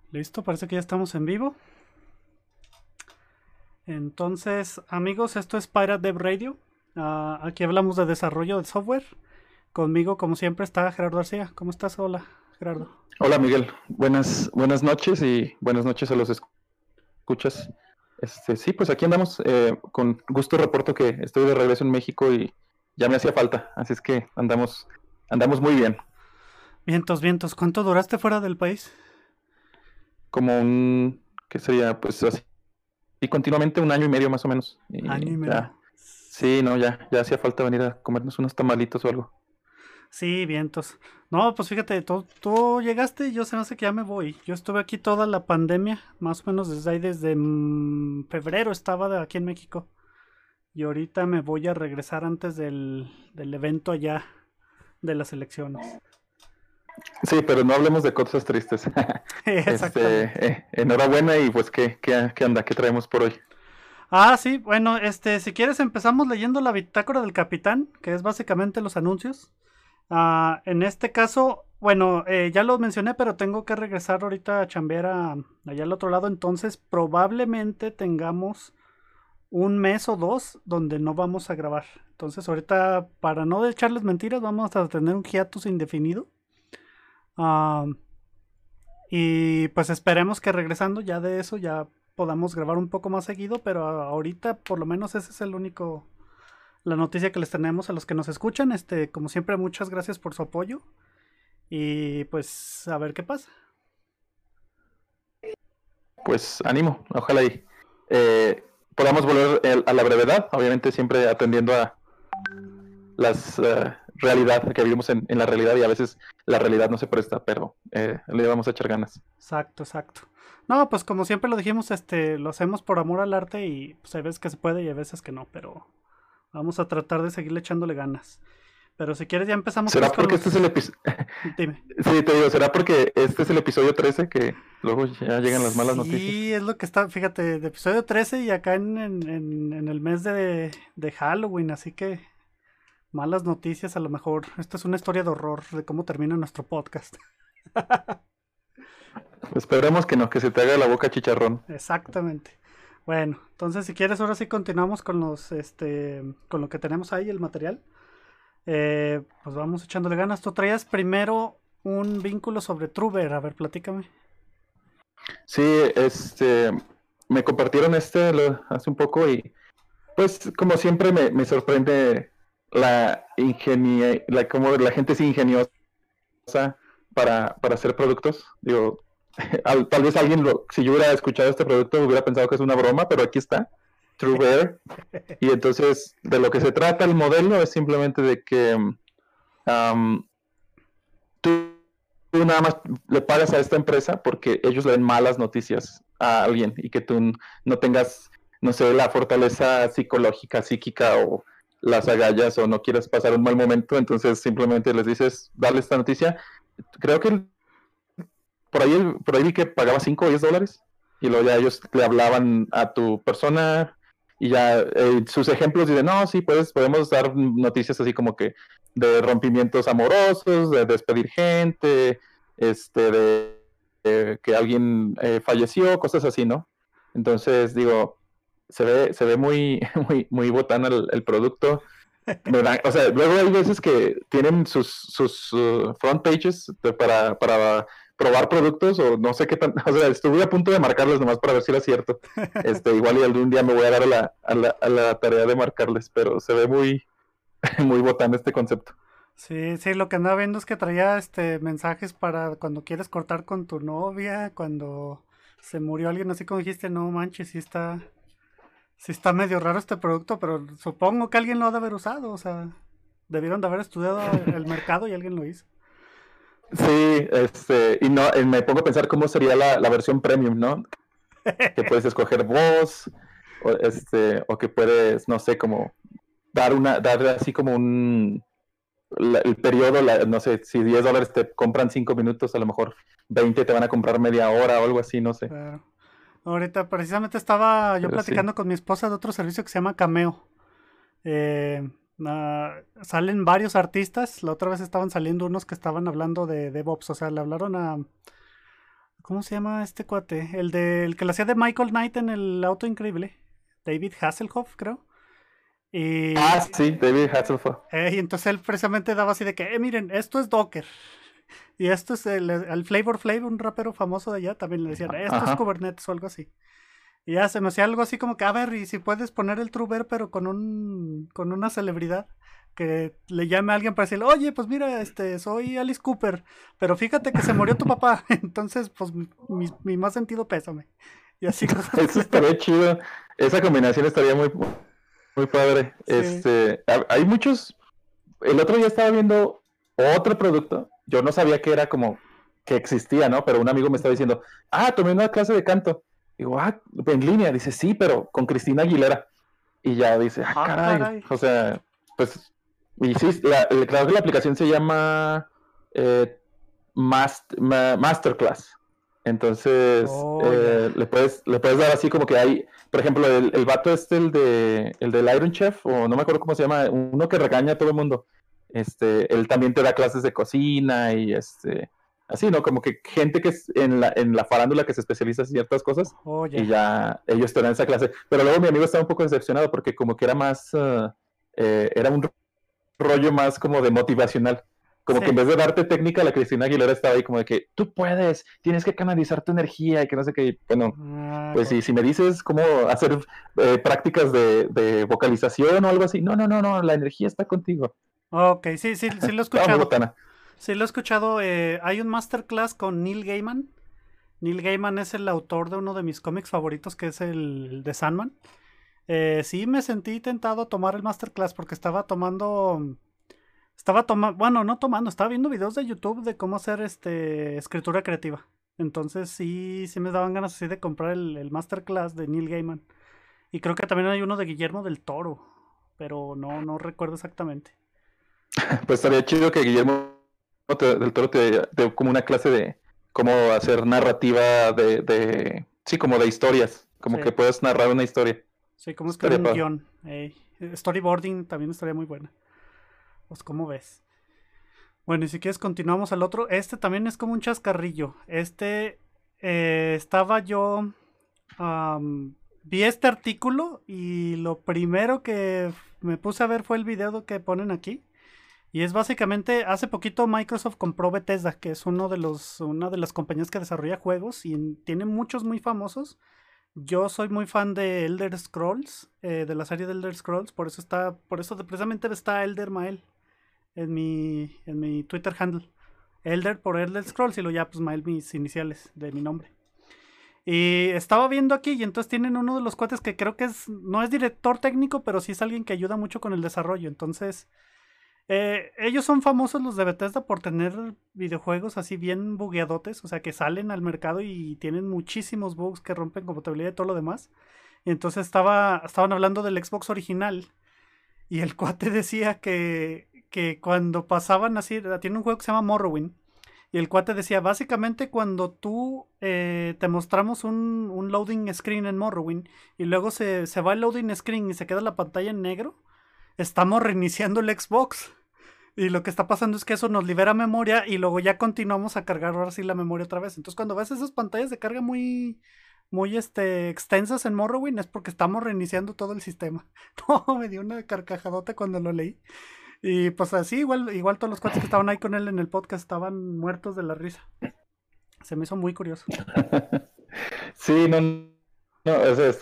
Listo, parece que ya estamos en vivo. Entonces, amigos, esto es Pirate Dev Radio. Aquí hablamos de desarrollo de software. Conmigo, como siempre, está Gerardo García. ¿Cómo estás? Hola, Gerardo. Hola Miguel, buenas noches y buenas noches a los escuchas. Sí, pues aquí andamos. Con gusto reporto que estoy de regreso en México y ya me hacía falta, así es que andamos muy bien. Vientos, vientos. ¿Cuánto duraste fuera del país? Como ¿qué sería? Pues así, y continuamente un año y medio más o menos. Año y Y medio. ya, sí, no, ya hacía falta venir a comernos unos tamalitos o algo. Sí, vientos. No, pues fíjate, tú llegaste y yo se me hace que ya me voy. Yo estuve aquí toda la pandemia, más o menos desde ahí, desde febrero estaba aquí en México. Y ahorita me voy a regresar antes del evento allá de las elecciones. Sí, pero no hablemos de cosas tristes. Exactamente. Enhorabuena y pues ¿qué anda? ¿Qué traemos por hoy? Sí, bueno, si quieres empezamos leyendo la bitácora del capitán, que es básicamente los anuncios. En este caso, bueno, ya lo mencioné, pero tengo que regresar ahorita a chambear allá al otro lado, entonces probablemente tengamos un mes o dos donde no vamos a grabar. Entonces ahorita, para no echarles mentiras, vamos a tener un hiatus indefinido. Ah, y pues esperemos que regresando ya de eso ya podamos grabar un poco más seguido, pero ahorita por lo menos ese es el único, la noticia que les tenemos a los que nos escuchan. Como siempre, muchas gracias por su apoyo y pues a ver qué pasa. Pues ánimo, ojalá y podamos volver a la brevedad, obviamente siempre atendiendo a las realidad que vivimos en la realidad y a veces la realidad no se presta, pero le vamos a echar ganas. Exacto, exacto. No, pues como siempre lo dijimos, lo hacemos por amor al arte y pues hay veces que se puede y hay veces que no, pero vamos a tratar de seguirle echándole ganas. Pero si quieres ya empezamos pues ¿Será con porque este es el los... episodio? Dime. Sí, te digo, ¿será porque este es el episodio 13 que luego ya llegan las malas noticias? Sí, es lo que está, fíjate, de episodio 13 y acá en el mes de Halloween, así que malas noticias a lo mejor. Esta es una historia de horror de cómo termina nuestro podcast. Esperemos que no, que se te haga la boca chicharrón. Exactamente. Bueno, entonces si quieres ahora sí continuamos con con lo que tenemos ahí, el material. Pues vamos echándole ganas. Tú traías primero un vínculo sobre Truber, a ver, platícame. Sí, me compartieron hace un poco y pues como siempre me sorprende cómo la gente es ingeniosa para hacer productos. Digo, tal vez si yo hubiera escuchado este producto, hubiera pensado que es una broma, pero aquí está, True Bear. Y entonces, de lo que se trata el modelo es simplemente de que um, tú nada más le pagas a esta empresa porque ellos le den malas noticias a alguien y que tú no tengas, no sé, la fortaleza psicológica, psíquica o las agallas o no quieras pasar un mal momento, entonces simplemente les dices, dale esta noticia. Creo que por ahí vi que pagaba 5 o 10 dólares y luego ya ellos le hablaban a tu persona y ya sus ejemplos dicen, no, sí, podemos dar noticias así como que de rompimientos amorosos, de despedir gente, de que alguien falleció, cosas así, ¿no? Entonces, digo, se ve muy, muy botana el producto. O sea, luego hay veces que tienen sus front pages para probar productos o no sé qué tan, o sea, estuve a punto de marcarles nomás para ver si era cierto. Igual y algún día me voy a dar a la tarea de marcarles, pero se ve muy, muy botán este concepto. Sí, sí, lo que andaba viendo es que traía mensajes para cuando quieres cortar con tu novia, cuando se murió alguien, así como dijiste, no manches, sí está medio raro este producto, pero supongo que alguien lo ha de haber usado, o sea, debieron de haber estudiado el mercado y alguien lo hizo. Sí, y no, me pongo a pensar cómo sería la versión premium, ¿no? Que puedes escoger voz, o que puedes, no sé, como dar así como el periodo, no sé, si 10 dólares te compran 5 minutos, a lo mejor 20 te van a comprar media hora o algo así, no sé. Claro. Ahorita precisamente estaba yo Pero sí. platicando con mi esposa de otro servicio que se llama Cameo. Salen varios artistas. La otra vez estaban saliendo unos que estaban hablando de DevOps. O sea, le hablaron ¿Cómo se llama este cuate? El que lo hacía de Michael Knight en el auto increíble. David Hasselhoff, creo. Ah, Y, sí, David Hasselhoff. y entonces él precisamente daba así de que, miren, esto es Docker. Y esto es el Flavor Flav, un rapero famoso de allá, también le decían, esto es Ajá. Kubernetes o algo así. Y ya se me hacía algo así como que, a ver, y si puedes poner el Truever, pero con una celebridad que le llame a alguien para decirle, oye, pues mira, soy Alice Cooper, pero fíjate que se murió tu papá, entonces, pues mi más sentido pésame. Y así cosas Eso por el- estaría chido. Esa combinación estaría muy, muy padre. Sí. Hay muchos. El otro día estaba viendo otro producto. Yo no sabía que era como que existía, ¿no? Pero un amigo me estaba diciendo, tomé una clase de canto. Digo, en línea. Dice, sí, pero con Cristina Aguilera. Y ya dice, Ajá, caray. caray. O sea, pues, y sí, claro que la aplicación se llama eh, Masterclass. Entonces, Oh, ya. le puedes dar así como que hay, por ejemplo, el vato el del Iron Chef, o no me acuerdo cómo se llama, uno que regaña a todo el mundo. Él también te da clases de cocina y así, ¿no? Como que gente que es en la farándula que se especializa en ciertas cosas Oh, y ya. ya ellos te dan esa clase. Pero luego mi amigo estaba un poco decepcionado porque como que era más, era un rollo más como de motivacional. Como que en Sí. vez de darte técnica, la Cristina Aguilera estaba ahí como de que tú puedes, tienes que canalizar tu energía y que no sé qué. Bueno, Ah, pues ok. si me dices cómo hacer prácticas de vocalización o algo así, no, la energía está contigo. Ok, sí, sí, sí lo he Estaba muy escuchado. botana. Sí lo he escuchado. Hay un masterclass con Neil Gaiman. Neil Gaiman es el autor de uno de mis cómics favoritos, que es el de Sandman. Sí me sentí tentado a tomar el masterclass porque bueno, no tomando, estaba viendo videos de YouTube de cómo hacer escritura creativa. Entonces sí, sí me daban ganas así de comprar el masterclass de Neil Gaiman. Y creo que también hay uno de Guillermo del Toro, pero no recuerdo exactamente. Pues estaría chido que Guillermo del Toro te dé como una clase de cómo hacer narrativa sí, como de historias, como que Sí, puedes narrar una historia. sí, cómo escribir Estaría un padre. guión. Storyboarding también estaría muy buena. Pues, ¿cómo ves? Bueno, y si quieres continuamos al otro. Este también es como un chascarrillo. Estaba yo... vi este artículo y lo primero que me puse a ver fue el video que ponen aquí. Y es básicamente, hace poquito Microsoft compró Bethesda, que es una de las compañías que desarrolla juegos y tiene muchos muy famosos. Yo soy muy fan de Elder Scrolls, de la serie de Elder Scrolls, por eso precisamente está Elder Mael en mi Twitter handle. Elder por Elder Scrolls y lo ya pues Mael mis iniciales de mi nombre. Y estaba viendo aquí y entonces tienen uno de los cuates que creo que no es director técnico, pero sí es alguien que ayuda mucho con el desarrollo. Entonces, ellos son famosos los de Bethesda por tener videojuegos así bien bugueadotes, o sea que salen al mercado y tienen muchísimos bugs que rompen compatibilidad y todo lo demás. Y entonces estaban hablando del Xbox original y el cuate decía que cuando pasaban así, tiene un juego que se llama Morrowind. Y el cuate decía, básicamente cuando tú te mostramos un loading screen en Morrowind y luego se va el loading screen y se queda la pantalla en negro, estamos reiniciando el Xbox. Y lo que está pasando es que eso nos libera memoria y luego ya continuamos a cargar ahora sí la memoria otra vez. Entonces cuando ves esas pantallas de carga muy extensas en Morrowind es porque estamos reiniciando todo el sistema. No, me dio una carcajadota cuando lo leí. Y pues así, igual todos los cuates que estaban ahí con él en el podcast estaban muertos de la risa. Se me hizo muy curioso. Sí, no, o sea,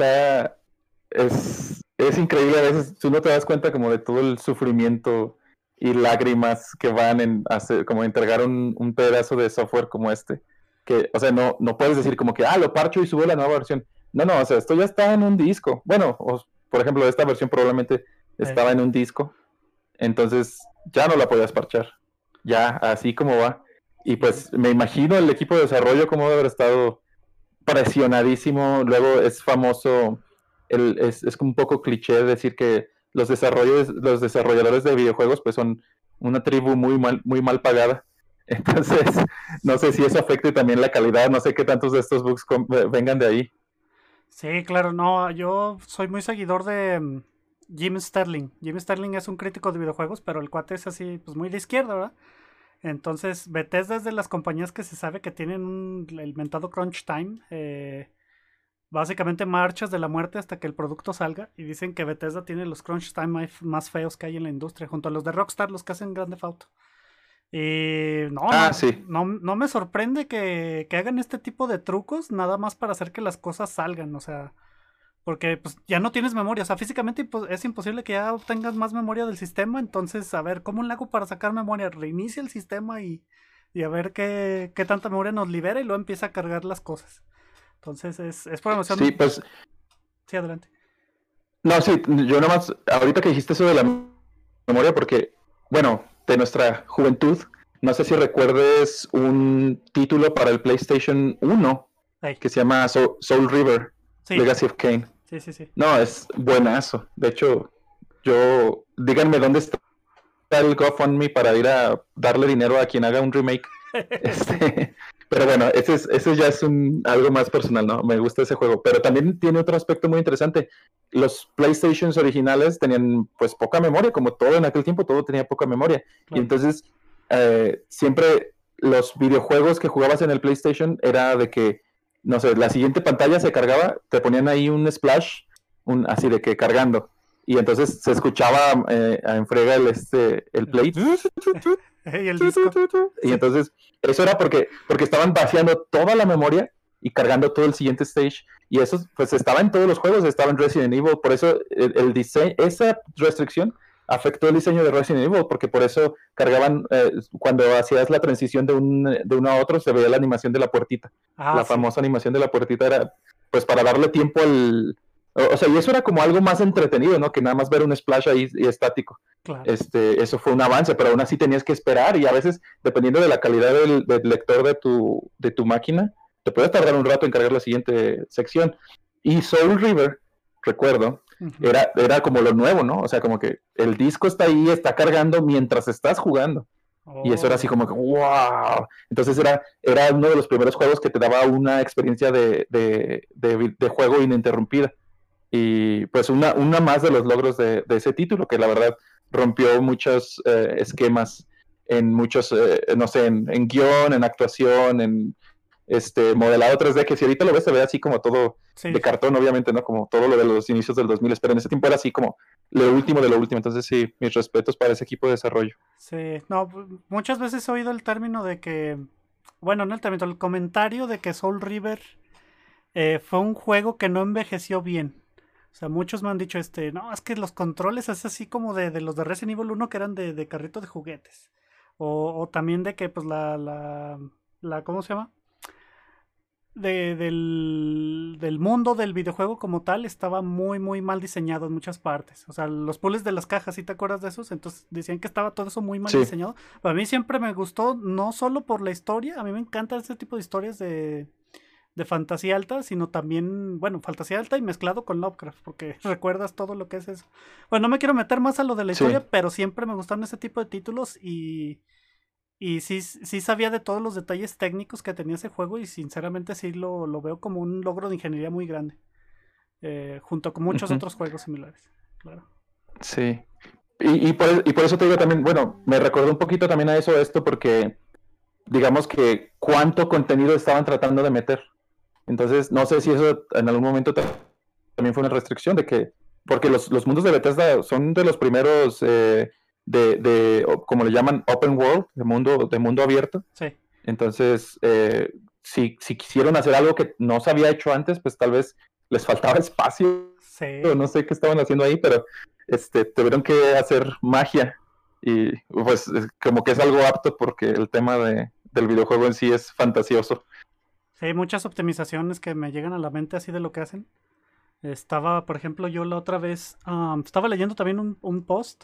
es increíble a veces, tú no te das cuenta como de todo el sufrimiento y lágrimas que van en hacer, como entregar un pedazo de software como este, que, o sea, no puedes decir como que, lo parcho y subo la nueva versión. No, o sea, esto ya está en un disco. Bueno, por ejemplo, esta versión probablemente Eh, estaba en un disco, entonces ya no la podías parchar, ya así como va. Y sí. pues me imagino el equipo de desarrollo cómo debe haber estado presionadísimo. Luego es famoso, es un poco cliché decir que los desarrolladores de videojuegos pues son una tribu muy mal pagada. Entonces, no sé si eso afecte también la calidad, no sé qué tantos de estos bugs vengan de ahí. Sí, claro, no, yo soy muy seguidor de Jim Sterling. Jim Sterling es un crítico de videojuegos, pero el cuate es así, pues muy de izquierda, ¿verdad? Entonces, Bethesda es de las compañías que se sabe que tienen el mentado crunch time. Básicamente marchas de la muerte hasta que el producto salga. Y dicen que Bethesda tiene los crunch time más feos que hay en la industria, junto a los de Rockstar, los que hacen Grand Theft Auto. Y no, Ah, no, sí. no, no me sorprende que hagan este tipo de trucos nada más para hacer que las cosas salgan. O sea, porque pues ya no tienes memoria. O sea, físicamente es imposible que ya obtengas más memoria del sistema. Entonces, a ver, ¿cómo le hago para sacar memoria? Reinicia el sistema y a ver qué tanta memoria nos libera y luego empieza a cargar las cosas. Entonces, es Sí, programación. pues, Sí, adelante. no, sí, yo nomás, ahorita que dijiste eso de la memoria, porque, bueno, de nuestra juventud, no sé si recuerdes un título para el PlayStation 1 Hey, que se llama Soul River, sí, Legacy of Kain. sí, sí, sí. No, es buenazo. De hecho, díganme dónde está el GoFundMe para ir a darle dinero a quien haga un remake. Sí. Pero bueno, ese ya es algo más personal, ¿no? Me gusta ese juego. Pero también tiene otro aspecto muy interesante. Los PlayStations originales tenían pues poca memoria, como todo en aquel tiempo, todo tenía poca memoria. Y Claro. entonces siempre los videojuegos que jugabas en el PlayStation era de que, no sé, la siguiente pantalla se cargaba, te ponían ahí un splash, así de que cargando. Y entonces se escuchaba en frega el play. Y el disco. Y Sí. entonces, eso era porque estaban vaciando toda la memoria y cargando todo el siguiente stage. Y eso, pues, estaba en todos los juegos, estaba en Resident Evil. Por eso, el diseño, esa restricción afectó el diseño de Resident Evil, porque por eso cargaban, cuando hacías la transición de uno a otro, se veía la animación de la puertita. Ah, La sí. famosa animación de la puertita era, pues, para darle tiempo o sea, y eso era como algo más entretenido, ¿no? Que nada más ver un splash ahí y estático. Claro. Eso fue un avance, pero aún así tenías que esperar y a veces, dependiendo de la calidad del lector de tu máquina, te puedes tardar un rato en cargar la siguiente sección. Y Soul River, recuerdo, Ujú. era como lo nuevo, ¿no? O sea, como que el disco está ahí, está cargando mientras estás jugando. Y eso era así Oh, como que, wow. Entonces era uno de los primeros juegos que te daba una experiencia de juego ininterrumpida. Y pues una más de los logros de ese título, que la verdad rompió muchos esquemas en muchos, no sé, en guión, en actuación, en modelado 3D, que si ahorita lo ves se ve así como todo sí, de cartón, obviamente, ¿no? Como todo lo de los inicios del 2000, pero en ese tiempo era así como lo último de lo último. Entonces sí, mis respetos para ese equipo de desarrollo. sí. No, muchas veces he oído el término de que, bueno, no el término, el comentario de que Soul River fue un juego que no envejeció bien. O sea, muchos me han dicho, no, es que los controles es así como de los de Resident Evil 1 que eran de carrito de juguetes. O también de que, pues, ¿cómo se llama? Del mundo del videojuego como tal estaba muy, muy mal diseñado en muchas partes. O sea, los puzzles de las cajas, ¿sí te acuerdas de esos? Entonces decían que estaba todo eso muy mal Sí, diseñado. Pero a mí siempre me gustó, no solo por la historia, a mí me encanta este tipo de historias de fantasía alta, sino también, bueno, fantasía alta y mezclado con Lovecraft, porque recuerdas todo lo que es eso. Bueno, no me quiero meter más a lo de la sí. historia, pero siempre me gustaron ese tipo de títulos y sí, sí sabía de todos los detalles técnicos que tenía ese juego y sinceramente sí lo veo como un logro de ingeniería muy grande, junto con muchos Ujú, otros juegos similares. Claro. sí. Y por eso te digo también, bueno, me recordó un poquito también a eso esto, porque digamos que cuánto contenido estaban tratando de meter. Entonces, no sé si eso en algún momento también fue una restricción de que, porque los mundos de Bethesda son de los primeros, como le llaman, open world, de mundo abierto. Sí, Entonces, si quisieron hacer algo que no se había hecho antes, pues tal vez les faltaba espacio, sí. no sé qué estaban haciendo ahí, pero tuvieron que hacer magia y pues como que es algo apto porque el tema del videojuego en sí es fantasioso. Sí, hay muchas optimizaciones que me llegan a la mente así de lo que hacen. Estaba, por ejemplo, yo la otra vez, estaba leyendo también un post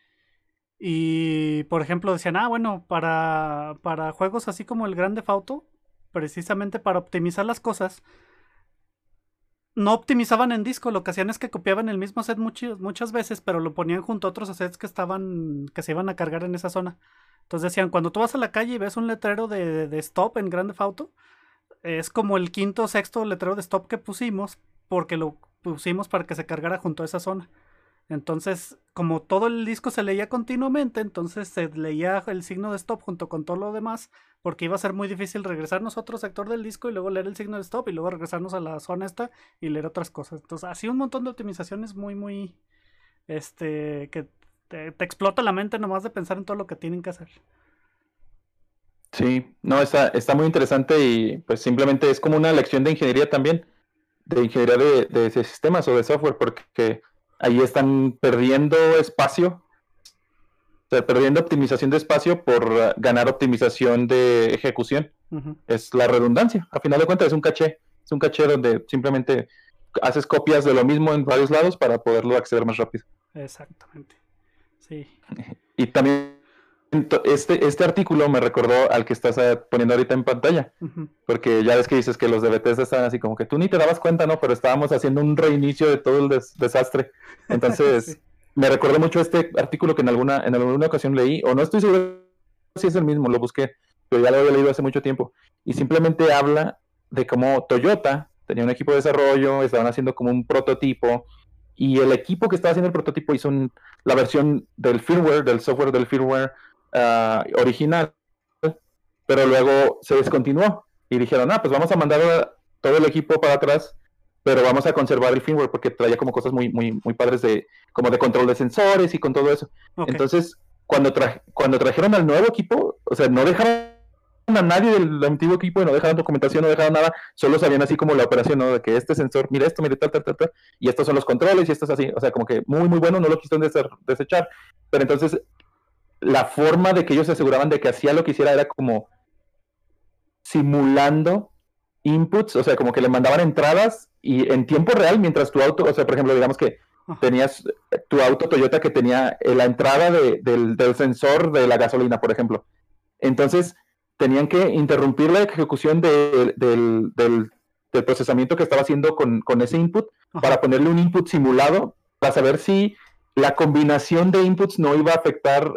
y, por ejemplo, decían, bueno, para juegos así como el Grand Theft Auto, precisamente para optimizar las cosas, no optimizaban en disco, lo que hacían es que copiaban el mismo set muchas veces, pero lo ponían junto a otros assets que se iban a cargar en esa zona. Entonces decían, cuando tú vas a la calle y ves un letrero de stop en Grand Theft Auto, es como el quinto o sexto letrero de stop que pusimos, porque lo pusimos para que se cargara junto a esa zona. Entonces, como todo el disco se leía continuamente, entonces se leía el signo de stop junto con todo lo demás, porque iba a ser muy difícil regresarnos a otro sector del disco y luego leer el signo de stop y luego regresarnos a la zona esta y leer otras cosas. Entonces, así un montón de optimizaciones muy, que te explota la mente nomás de pensar en todo lo que tienen que hacer. Sí, no, está muy interesante y pues simplemente es como una lección de ingeniería también, de ingeniería de sistemas o de software, porque ahí están perdiendo espacio, o sea, perdiendo optimización de espacio por ganar optimización de ejecución. Ujú. Es la redundancia. A final de cuentas es un caché donde simplemente haces copias de lo mismo en varios lados para poderlo acceder más rápido. Exactamente. Sí. Y también este artículo me recordó al que estás poniendo ahorita en pantalla, Ujú. porque ya ves que dices que los de Bethesda estaban así como que tú ni te dabas cuenta, ¿no? Pero estábamos haciendo un reinicio de todo el desastre. Sí. Entonces, me recordó mucho este artículo que en alguna ocasión leí, o no estoy seguro si es el mismo, lo busqué, pero ya lo había leído hace mucho tiempo. Y simplemente habla de cómo Toyota tenía un equipo de desarrollo, estaban haciendo como un prototipo, y el equipo que estaba haciendo el prototipo hizo la versión del firmware, del software del firmware original, pero luego se descontinuó y dijeron, pues vamos a mandar todo el equipo para atrás, pero vamos a conservar el firmware porque traía como cosas muy padres como de control de sensores y con todo eso. Ok. Entonces, cuando trajeron al nuevo equipo, o sea, no dejaron a nadie del antiguo equipo y no dejaron documentación, no dejaron nada, solo sabían así como la operación, ¿no? De que este sensor, mira esto, mire tal, y estos son los controles y esto es así, o sea, como que muy bueno, no lo quisieron desechar, pero entonces la forma de que ellos se aseguraban de que hacía lo que hiciera era como simulando inputs, o sea, como que le mandaban entradas y en tiempo real, mientras tu auto, o sea, por ejemplo, digamos que Ajá. tenías tu auto Toyota que tenía la entrada del sensor de la gasolina, por ejemplo. Entonces, tenían que interrumpir la ejecución del procesamiento que estaba haciendo con ese input Ajá. para ponerle un input simulado para saber si la combinación de inputs no iba a afectar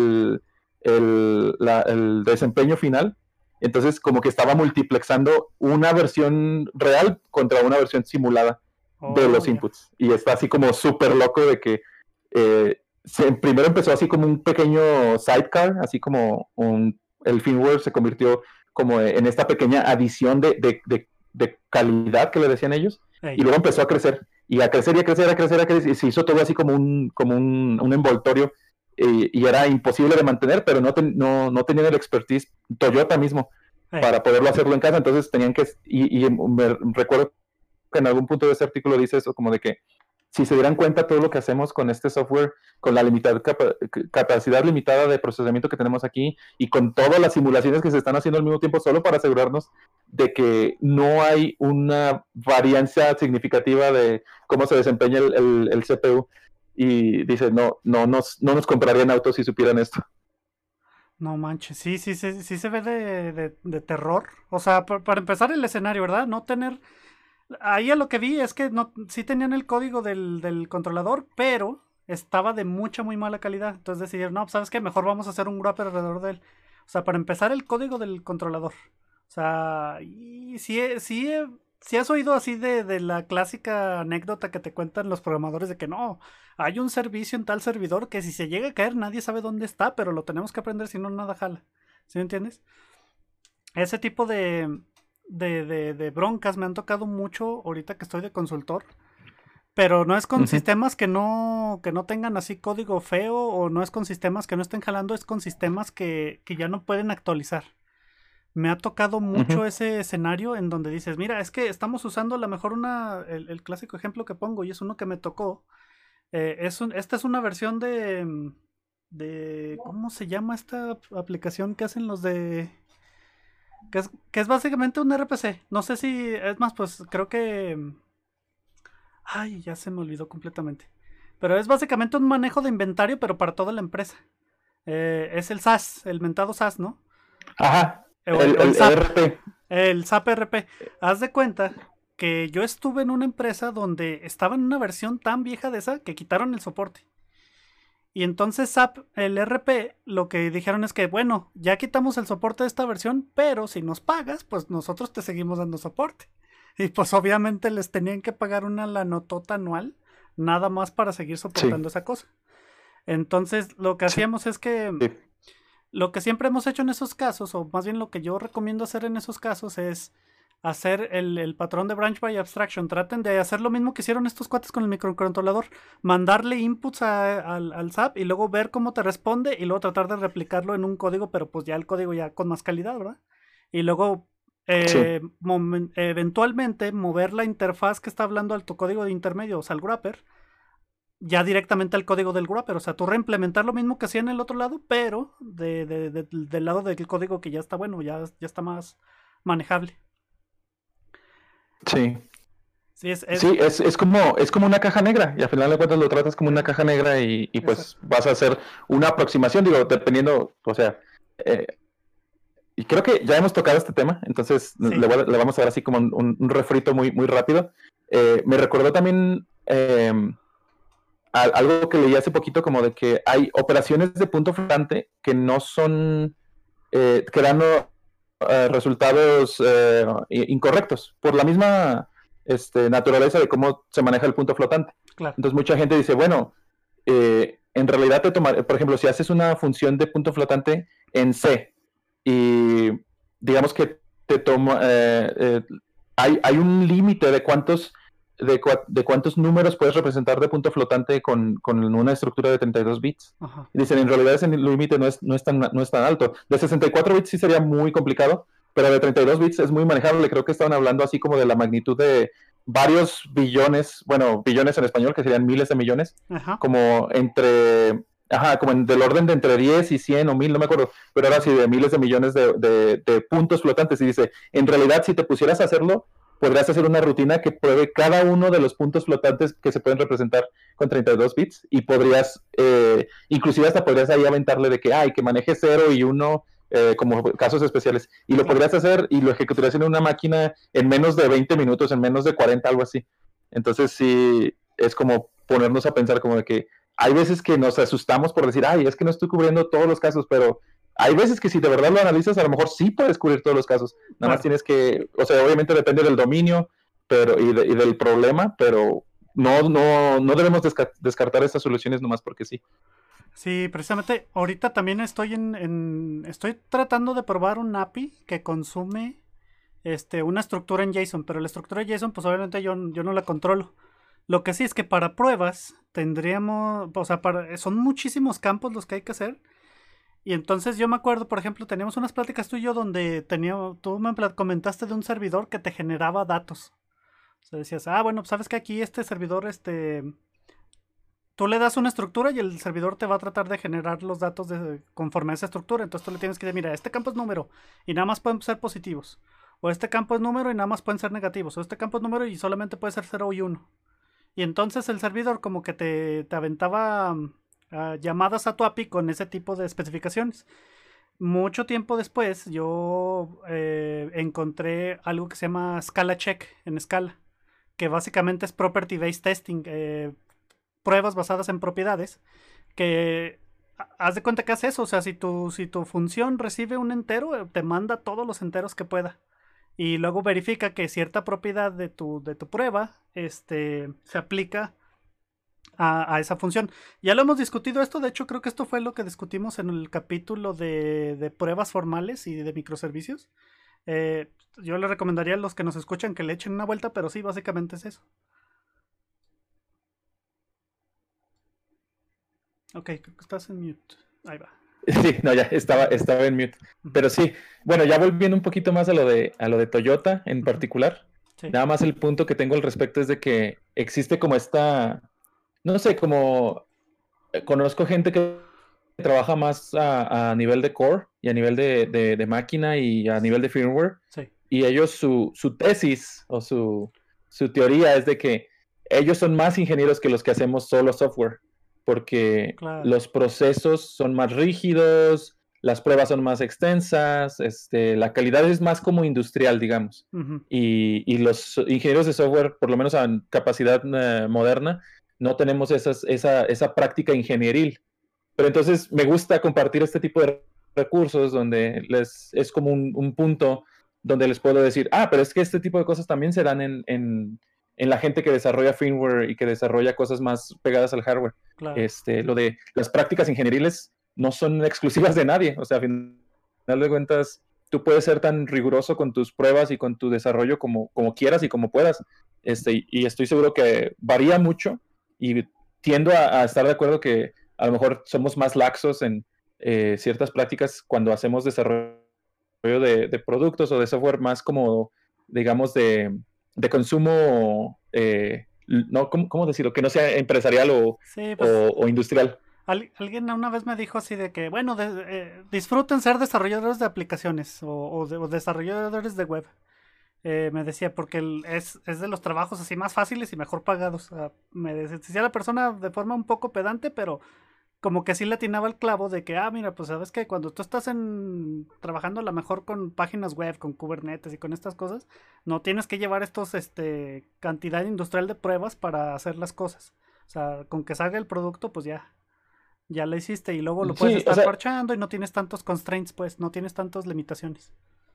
el desempeño final. Entonces, como que estaba multiplexando una versión real contra una versión simulada de Oh, los ya. inputs. Y está así como súper loco de que primero empezó así como un pequeño sidecar, así como el firmware se convirtió como en esta pequeña adición de calidad que le decían ellos, y Ey. luego empezó a crecer, y a crecer, y a crecer, a crecer, a crecer, y se hizo todo así como un envoltorio, y era imposible de mantener, pero no tenían el expertise Toyota mismo Ey. para poderlo hacerlo en casa, entonces tenían que, y me recuerdo que en algún punto de ese artículo dice eso, como de que si se dieran cuenta todo lo que hacemos con este software, con la capacidad limitada de procesamiento que tenemos aquí y con todas las simulaciones que se están haciendo al mismo tiempo solo para asegurarnos de que no hay una variancia significativa de cómo se desempeña el CPU. Y dice, no nos comprarían autos si supieran esto. No manches, sí se ve de terror. O sea, para empezar el escenario, ¿verdad? No tener. Ahí a lo que vi es que no, sí tenían el código del controlador, pero estaba de muy mala calidad. Entonces decidieron, no, pues, ¿sabes qué? Mejor vamos a hacer un wrapper alrededor de él. O sea, para empezar el código del controlador. O sea, y sí has oído así de la clásica anécdota que te cuentan los programadores de que no, hay un servicio en tal servidor que si se llega a caer nadie sabe dónde está, pero lo tenemos que aprender si no nada jala. ¿Sí me entiendes? Ese tipo de broncas me han tocado mucho ahorita que estoy de consultor, pero no es con Ujú, sistemas que no tengan así código feo o no es con sistemas que no estén jalando, es con sistemas que ya no pueden actualizar. Me ha tocado ujú. mucho ese escenario en donde dices, mira, es que estamos usando a lo mejor el clásico ejemplo que pongo y es uno que me tocó. Esta es una versión ¿cómo se llama esta aplicación que hacen los de que es básicamente un RPC. No sé si, es más, pues creo que. Ay, ya se me olvidó completamente. Pero es básicamente un manejo de inventario, pero para toda la empresa. Es el SAS, el mentado SAS, ¿no? Ajá, O el el SAP. ERP. El SAP RP. Haz de cuenta que yo estuve en una empresa donde estaba en una versión tan vieja de esa que quitaron el soporte. Y entonces SAP, el RP, lo que dijeron es que, bueno, ya quitamos el soporte de esta versión, pero si nos pagas, pues nosotros te seguimos dando soporte. Y pues obviamente les tenían que pagar una lanotota anual nada más para seguir soportando esa cosa. Entonces, lo que hacíamos es que lo que siempre hemos hecho en esos casos, o más bien lo que yo recomiendo hacer en esos casos, es hacer el patrón de branch by abstraction. Traten de hacer lo mismo que hicieron estos cuates con el microcontrolador. Mandarle inputs al SAP y luego ver cómo te responde y luego tratar de replicarlo en un código, pero pues ya el código ya con más calidad, ¿verdad? Y luego eventualmente mover la interfaz que está hablando al tu código de intermedio, o sea, al wrapper, ya directamente al código del wrapper. O sea, tú reimplementar lo mismo que hacía en el otro lado, pero del lado del código que ya está bueno, ya está más manejable. Sí. Sí, es como una caja negra, y al final de cuentas lo tratas como una caja negra y pues vas a hacer una aproximación, digo, dependiendo, o sea, y creo que ya hemos tocado este tema, entonces le vamos a dar así como un refrito muy, muy rápido. Me recordó también algo que leí hace poquito, como de que hay operaciones de punto flotante que no son, que dan resultados incorrectos, por la misma naturaleza de cómo se maneja el punto flotante. Claro. Entonces mucha gente dice, bueno, en realidad por ejemplo, si haces una función de punto flotante en C y digamos que te toma, hay un límite de cuántos números puedes representar de punto flotante con una estructura de 32 bits. Ajá. Y dicen, en realidad ese límite no es tan alto. De 64 bits sí sería muy complicado, pero de 32 bits es muy manejable. Creo que estaban hablando así como de la magnitud de varios billones, bueno, billones en español, que serían miles de millones, ajá, como del orden de entre 10 y 100 o 1000, no me acuerdo, pero ahora sí de miles de millones de puntos flotantes. Y dice, en realidad si te pusieras a hacerlo, podrías hacer una rutina que pruebe cada uno de los puntos flotantes que se pueden representar con 32 bits y podrías, inclusive hasta podrías ahí aventarle de que maneje 0 y 1 como casos especiales. Y lo podrías hacer y lo ejecutarías en una máquina en menos de 20 minutos, en menos de 40, algo así. Entonces sí, es como ponernos a pensar como de que hay veces que nos asustamos por decir, es que no estoy cubriendo todos los casos, pero hay veces que si de verdad lo analizas, a lo mejor sí puedes cubrir todos los casos. Nada más tienes que, o sea, obviamente depende del dominio y del problema, pero no debemos descartar estas soluciones nomás porque sí. Sí, precisamente ahorita también estoy estoy tratando de probar un API que consume una estructura en JSON, pero la estructura de JSON pues obviamente yo no la controlo. Lo que sí es que para pruebas tendríamos, o sea, son muchísimos campos los que hay que hacer. Y entonces yo me acuerdo, por ejemplo, teníamos unas pláticas tú y yo donde tú me comentaste de un servidor que te generaba datos. O sea, decías, bueno, pues sabes que aquí este servidor, tú le das una estructura y el servidor te va a tratar de generar los datos conforme a esa estructura. Entonces tú le tienes que decir, mira, este campo es número y nada más pueden ser positivos. O este campo es número y nada más pueden ser negativos. O este campo es número y solamente puede ser 0 y 1. Y entonces el servidor como que te aventaba llamadas a tu API con ese tipo de especificaciones. Mucho tiempo después yo encontré algo que se llama Scala Check en Scala, que básicamente es Property Based Testing, pruebas basadas en propiedades, que haz de cuenta que hace eso. O sea, si tu función recibe un entero, te manda todos los enteros que pueda. Y luego verifica que cierta propiedad de tu prueba se aplica a esa función. Ya lo hemos discutido esto, de hecho creo que esto fue lo que discutimos en el capítulo de pruebas formales y de microservicios. Yo le recomendaría a los que nos escuchan que le echen una vuelta, pero sí, básicamente es eso. Ok, creo que estás en mute. Ahí va. Sí, no, ya estaba en mute. Pero sí, bueno, ya volviendo un poquito más a lo de Toyota en particular. Sí. Nada más el punto que tengo al respecto es de que existe como no sé, como conozco gente que trabaja más a nivel de core y a nivel de máquina y a nivel de firmware. Sí. Y ellos su tesis o su teoría es de que ellos son más ingenieros que los que hacemos solo software, porque los procesos son más rígidos, las pruebas son más extensas, la calidad es más como industrial, digamos. Uh-huh. Y los ingenieros de software, por lo menos en capacidad moderna, no tenemos esa práctica ingenieril. Pero entonces me gusta compartir este tipo de recursos donde es como un punto donde les puedo decir, pero es que este tipo de cosas también se dan en en la gente que desarrolla firmware y que desarrolla cosas más pegadas al hardware. Claro. Lo de las prácticas ingenieriles no son exclusivas de nadie. O sea, a final de cuentas, tú puedes ser tan riguroso con tus pruebas y con tu desarrollo como quieras y como puedas. Y estoy seguro que varía mucho y tiendo a estar de acuerdo que a lo mejor somos más laxos en ciertas prácticas cuando hacemos desarrollo de productos o de software más como, digamos, de consumo, no, ¿cómo decirlo? Que no sea empresarial Sí, pues o industrial. alguien una vez me dijo así de que, bueno, disfruten ser desarrolladores de aplicaciones o desarrolladores de web. Me decía, porque es de los trabajos así más fáciles y mejor pagados. Me decía la persona de forma un poco pedante, pero como que sí le atinaba el clavo de que, mira, pues sabes que cuando tú estás trabajando a lo mejor con páginas web, con Kubernetes y con estas cosas, no tienes que llevar cantidad industrial de pruebas para hacer las cosas. O sea, con que salga el producto, pues ya lo hiciste y luego lo puedes Sí, o estar sea, parchando y no tienes tantos constraints, pues, no tienes tantas limitaciones.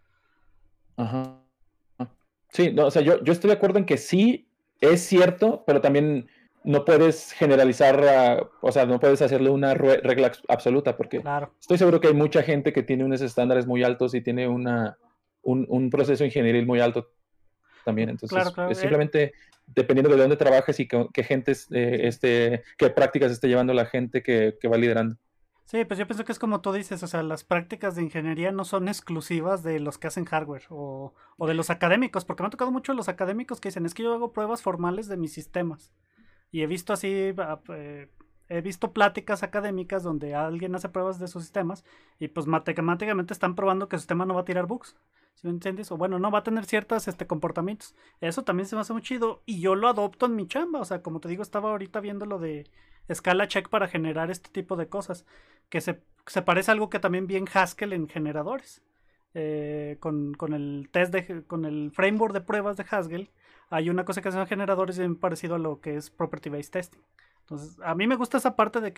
ajá. Sí, no, o sea, yo estoy de acuerdo en que sí es cierto, pero también no puedes generalizar, o sea, no puedes hacerle una regla absoluta, porque Claro. estoy seguro que hay mucha gente que tiene unos estándares muy altos y tiene un proceso ingenieril muy alto también. Claro, Entonces, claro. es simplemente dependiendo de dónde trabajes y qué gente, qué prácticas esté llevando la gente que va liderando. Sí, pues yo pienso que es como tú dices, o sea, las prácticas de ingeniería no son exclusivas de los que hacen hardware o de los académicos, porque me ha tocado mucho los académicos que dicen, es que yo hago pruebas formales de mis sistemas. Y he visto así, he visto pláticas académicas donde alguien hace pruebas de sus sistemas y pues matemáticamente están probando que su sistema no va a tirar bugs. ¿Sí me entiendes? O bueno, no va a tener ciertos comportamientos. Eso también se me hace muy chido y yo lo adopto en mi chamba. O sea, como te digo, estaba ahorita viendo lo de escala check para generar este tipo de cosas. Que se parece a algo que también vi en Haskell en generadores. Con el con el framework de pruebas de Haskell, hay una cosa que se llama generadores bien parecido a lo que es property based testing. Entonces, a mí me gusta esa parte de que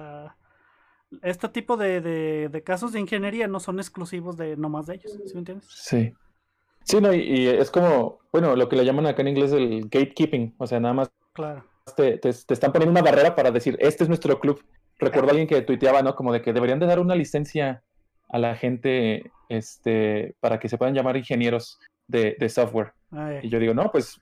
este tipo de casos de ingeniería no son exclusivos de nomás de ellos, ¿sí me entiendes? Sí. Sí, no, y es como, bueno, lo que le llaman acá en inglés el gatekeeping, o sea, nada más Claro. te están poniendo una barrera para decir, este es nuestro club. Recuerdo a alguien que tuiteaba, ¿no? Como de que deberían de dar una licencia a la gente, para que se puedan llamar ingenieros de software. Y yo digo, no, pues,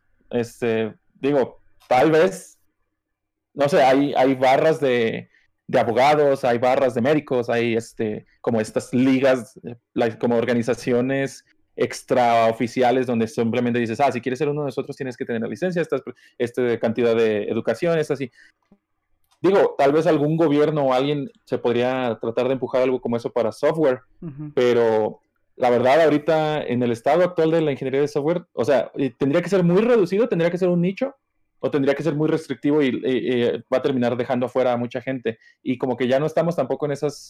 digo, tal vez, no sé, hay barras de abogados, hay barras de médicos, hay como estas ligas, como organizaciones extraoficiales donde simplemente dices, si quieres ser uno de nosotros tienes que tener la licencia, esta cantidad de educación, es así. Digo, tal vez algún gobierno o alguien se podría tratar de empujar algo como eso para software, pero la verdad ahorita en el estado actual de la ingeniería de software, o sea, tendría que ser muy reducido, tendría que ser un nicho, o tendría que ser muy restrictivo y va a terminar dejando afuera a mucha gente. Y como que ya no estamos tampoco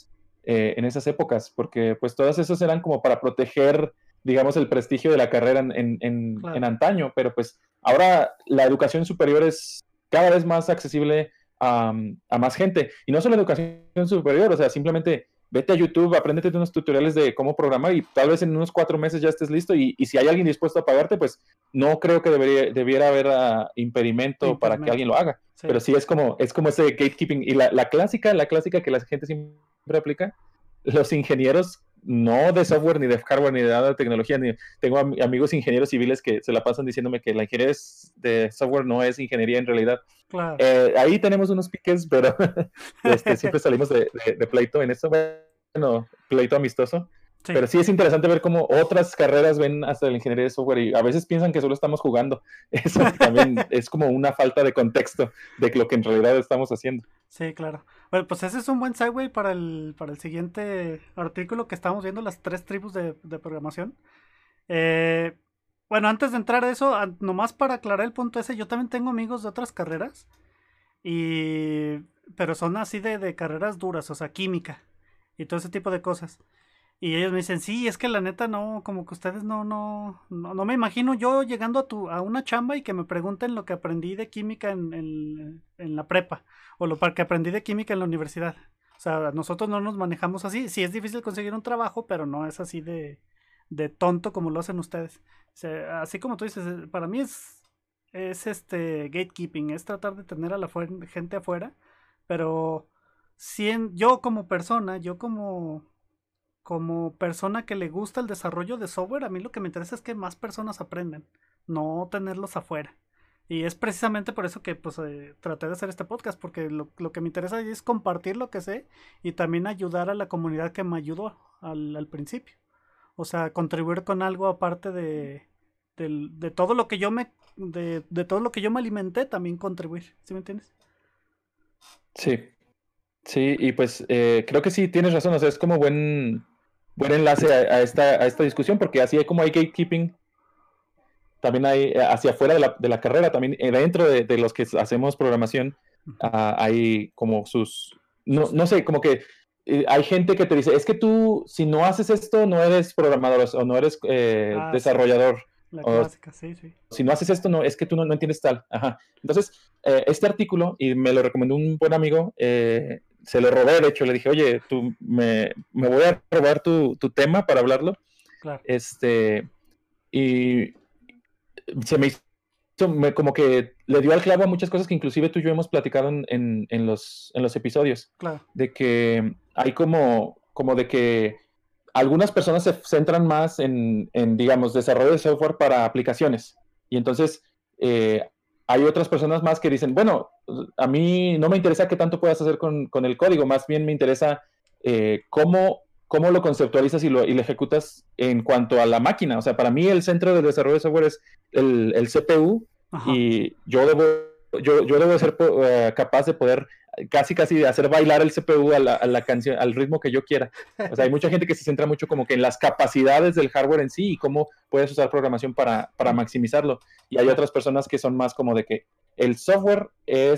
en esas épocas, porque pues todas esas eran como para proteger, digamos, el prestigio de la carrera en antaño, pero pues ahora la educación superior es cada vez más accesible a más gente. Y no solo educación superior, o sea, simplemente vete a YouTube, apréndete unos tutoriales de cómo programar y tal vez en unos 4 meses ya estés listo. Y si hay alguien dispuesto a pagarte, pues no creo que debiera haber impedimento para que alguien lo haga. Sí. Pero sí es como ese gatekeeping. Y la clásica que la gente siempre aplica, los ingenieros no de software, ni de hardware, ni de nada de tecnología, ni tengo amigos ingenieros civiles que se la pasan diciéndome que la ingeniería de software no es ingeniería en realidad. Claro. Ahí tenemos unos piques, pero siempre salimos de pleito en eso, bueno, pleito amistoso. Sí. Pero sí es interesante ver cómo otras carreras ven hasta la ingeniería de software y a veces piensan que solo estamos jugando. Eso también es como una falta de contexto de lo que en realidad estamos haciendo. Sí, claro. Bueno, pues ese es un buen segue para el siguiente artículo que estamos viendo, las 3 tribus de programación. Bueno, antes de entrar a eso, nomás para aclarar el punto ese, yo también tengo amigos de otras carreras, pero son así de carreras duras, o sea, química y todo ese tipo de cosas. Y ellos me dicen, sí, es que la neta no, como que ustedes no me imagino yo llegando a una chamba y que me pregunten lo que aprendí de química en la prepa o lo que aprendí de química en la universidad. O sea, nosotros no nos manejamos así. Sí es difícil conseguir un trabajo, pero no es así de tonto como lo hacen ustedes. O sea, así como tú dices, para mí es gatekeeping, es tratar de tener a la gente afuera, pero yo como persona, como persona que le gusta el desarrollo de software, a mí lo que me interesa es que más personas aprendan, no tenerlos afuera. Y es precisamente por eso que pues traté de hacer este podcast, porque lo que me interesa es compartir lo que sé y también ayudar a la comunidad que me ayudó al principio. O sea, contribuir con algo aparte de todo lo que de todo lo que yo me alimenté, también contribuir. ¿Sí me entiendes? Sí, sí, y pues creo que sí, tienes razón, o sea, es como buen enlace a esta discusión, porque así como hay gatekeeping, también hay hacia afuera de la carrera, también dentro de los que hacemos programación, Ujú. hay como no sé, como que hay gente que te dice, es que tú, si no haces esto, no eres programador o no eres Ah, sí. desarrollador, La o clásica, sí, sí. si no haces esto, no, es que tú no entiendes tal. Ajá. Entonces, este artículo, y me lo recomendó un buen amigo, se lo robé, de hecho, le dije, oye, me voy a robar tu tema para hablarlo. Claro, Y se me hizo como que le dio al clavo a muchas cosas que inclusive tú y yo hemos platicado en los episodios, claro. de que hay como de que algunas personas se centran más en, digamos, desarrollo de software para aplicaciones. Y entonces hay otras personas más que dicen, bueno, a mí no me interesa qué tanto puedas hacer con el código, más bien me interesa cómo lo conceptualizas y lo ejecutas en cuanto a la máquina. O sea, para mí el centro del desarrollo de software es el CPU Ajá. y yo debo ser capaz de poder casi de hacer bailar el CPU a la canción, al ritmo que yo quiera. O sea, hay mucha gente que se centra mucho como que en las capacidades del hardware en sí y cómo puedes usar programación para maximizarlo. Y hay Claro. otras personas que son más como de que el software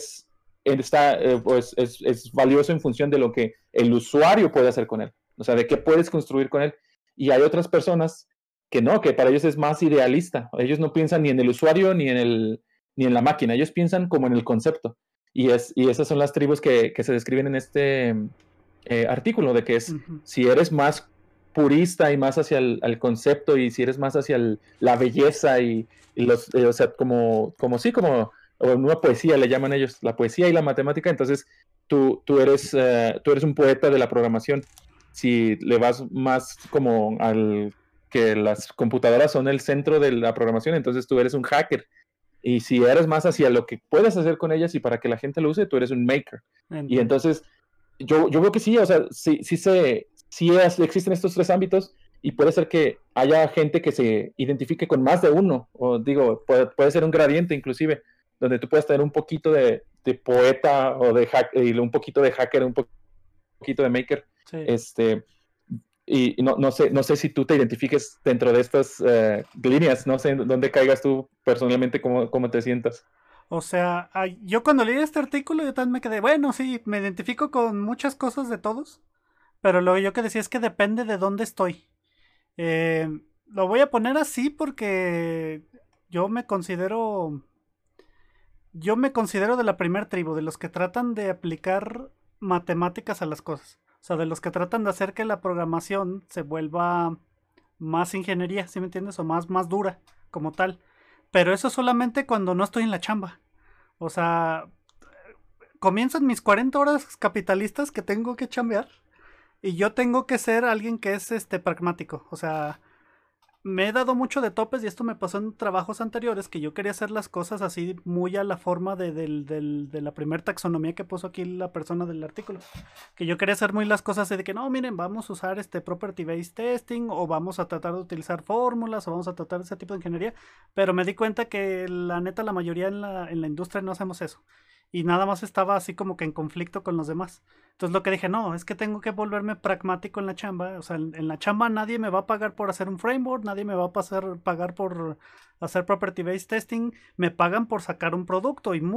pues es valioso en función de lo que el usuario puede hacer con él. O sea, de qué puedes construir con él. Y hay otras personas que no, que para ellos es más idealista. Ellos no piensan ni en el usuario ni en la máquina. Ellos piensan como en el concepto. Y esas son las tribus que se describen en este artículo, de que Ujú. si eres más purista y más hacia el concepto y si eres más hacia la belleza o sea, como o en una poesía le llaman ellos, la poesía y la matemática, entonces tú eres un poeta de la programación. Si le vas más como al que las computadoras son el centro de la programación, entonces tú eres un hacker. Y si eres más hacia lo que puedes hacer con ellas y para que la gente lo use, tú eres un maker. Y Entiendo. entonces, yo veo que sí, o sea, sí existen estos tres ámbitos y puede ser que haya gente que se identifique con más de uno, o digo, puede ser un gradiente inclusive, donde tú puedes tener un poquito de poeta o de hacker, y un poquito de hacker, un poquito de maker. Sí. Este, y no sé si tú te identifiques dentro de estas líneas, no sé dónde caigas tú personalmente, cómo te sientas. O sea, yo cuando leí este artículo yo también me quedé, bueno, sí, me identifico con muchas cosas de todos, pero lo yo que decía es que depende de dónde estoy. Eh, lo voy a poner así porque yo me considero, yo me considero de la primer tribu, de los que tratan de aplicar matemáticas a las cosas. O sea, de los que tratan de hacer que la programación se vuelva más ingeniería, ¿sí me entiendes? O más dura, como tal. Pero eso solamente cuando no estoy en la chamba. O sea, comienzan mis 40 horas capitalistas que tengo que chambear y yo tengo que ser alguien que es pragmático. O sea, me he dado mucho de topes y esto me pasó en trabajos anteriores que yo quería hacer las cosas así muy a la forma de la primer taxonomía que puso aquí la persona del artículo. Que yo quería hacer muy las cosas de que no, miren, vamos a usar este property based testing o vamos a tratar de utilizar fórmulas o vamos a tratar ese tipo de ingeniería. Pero me di cuenta que la neta la mayoría en la industria no hacemos eso. Y nada más estaba así como que en conflicto con los demás. Entonces lo que dije, no, es que tengo que volverme pragmático en la chamba. O sea, en la chamba nadie me va a pagar por hacer un framework, nadie me va a pagar por hacer property based testing, me pagan por sacar un producto. Y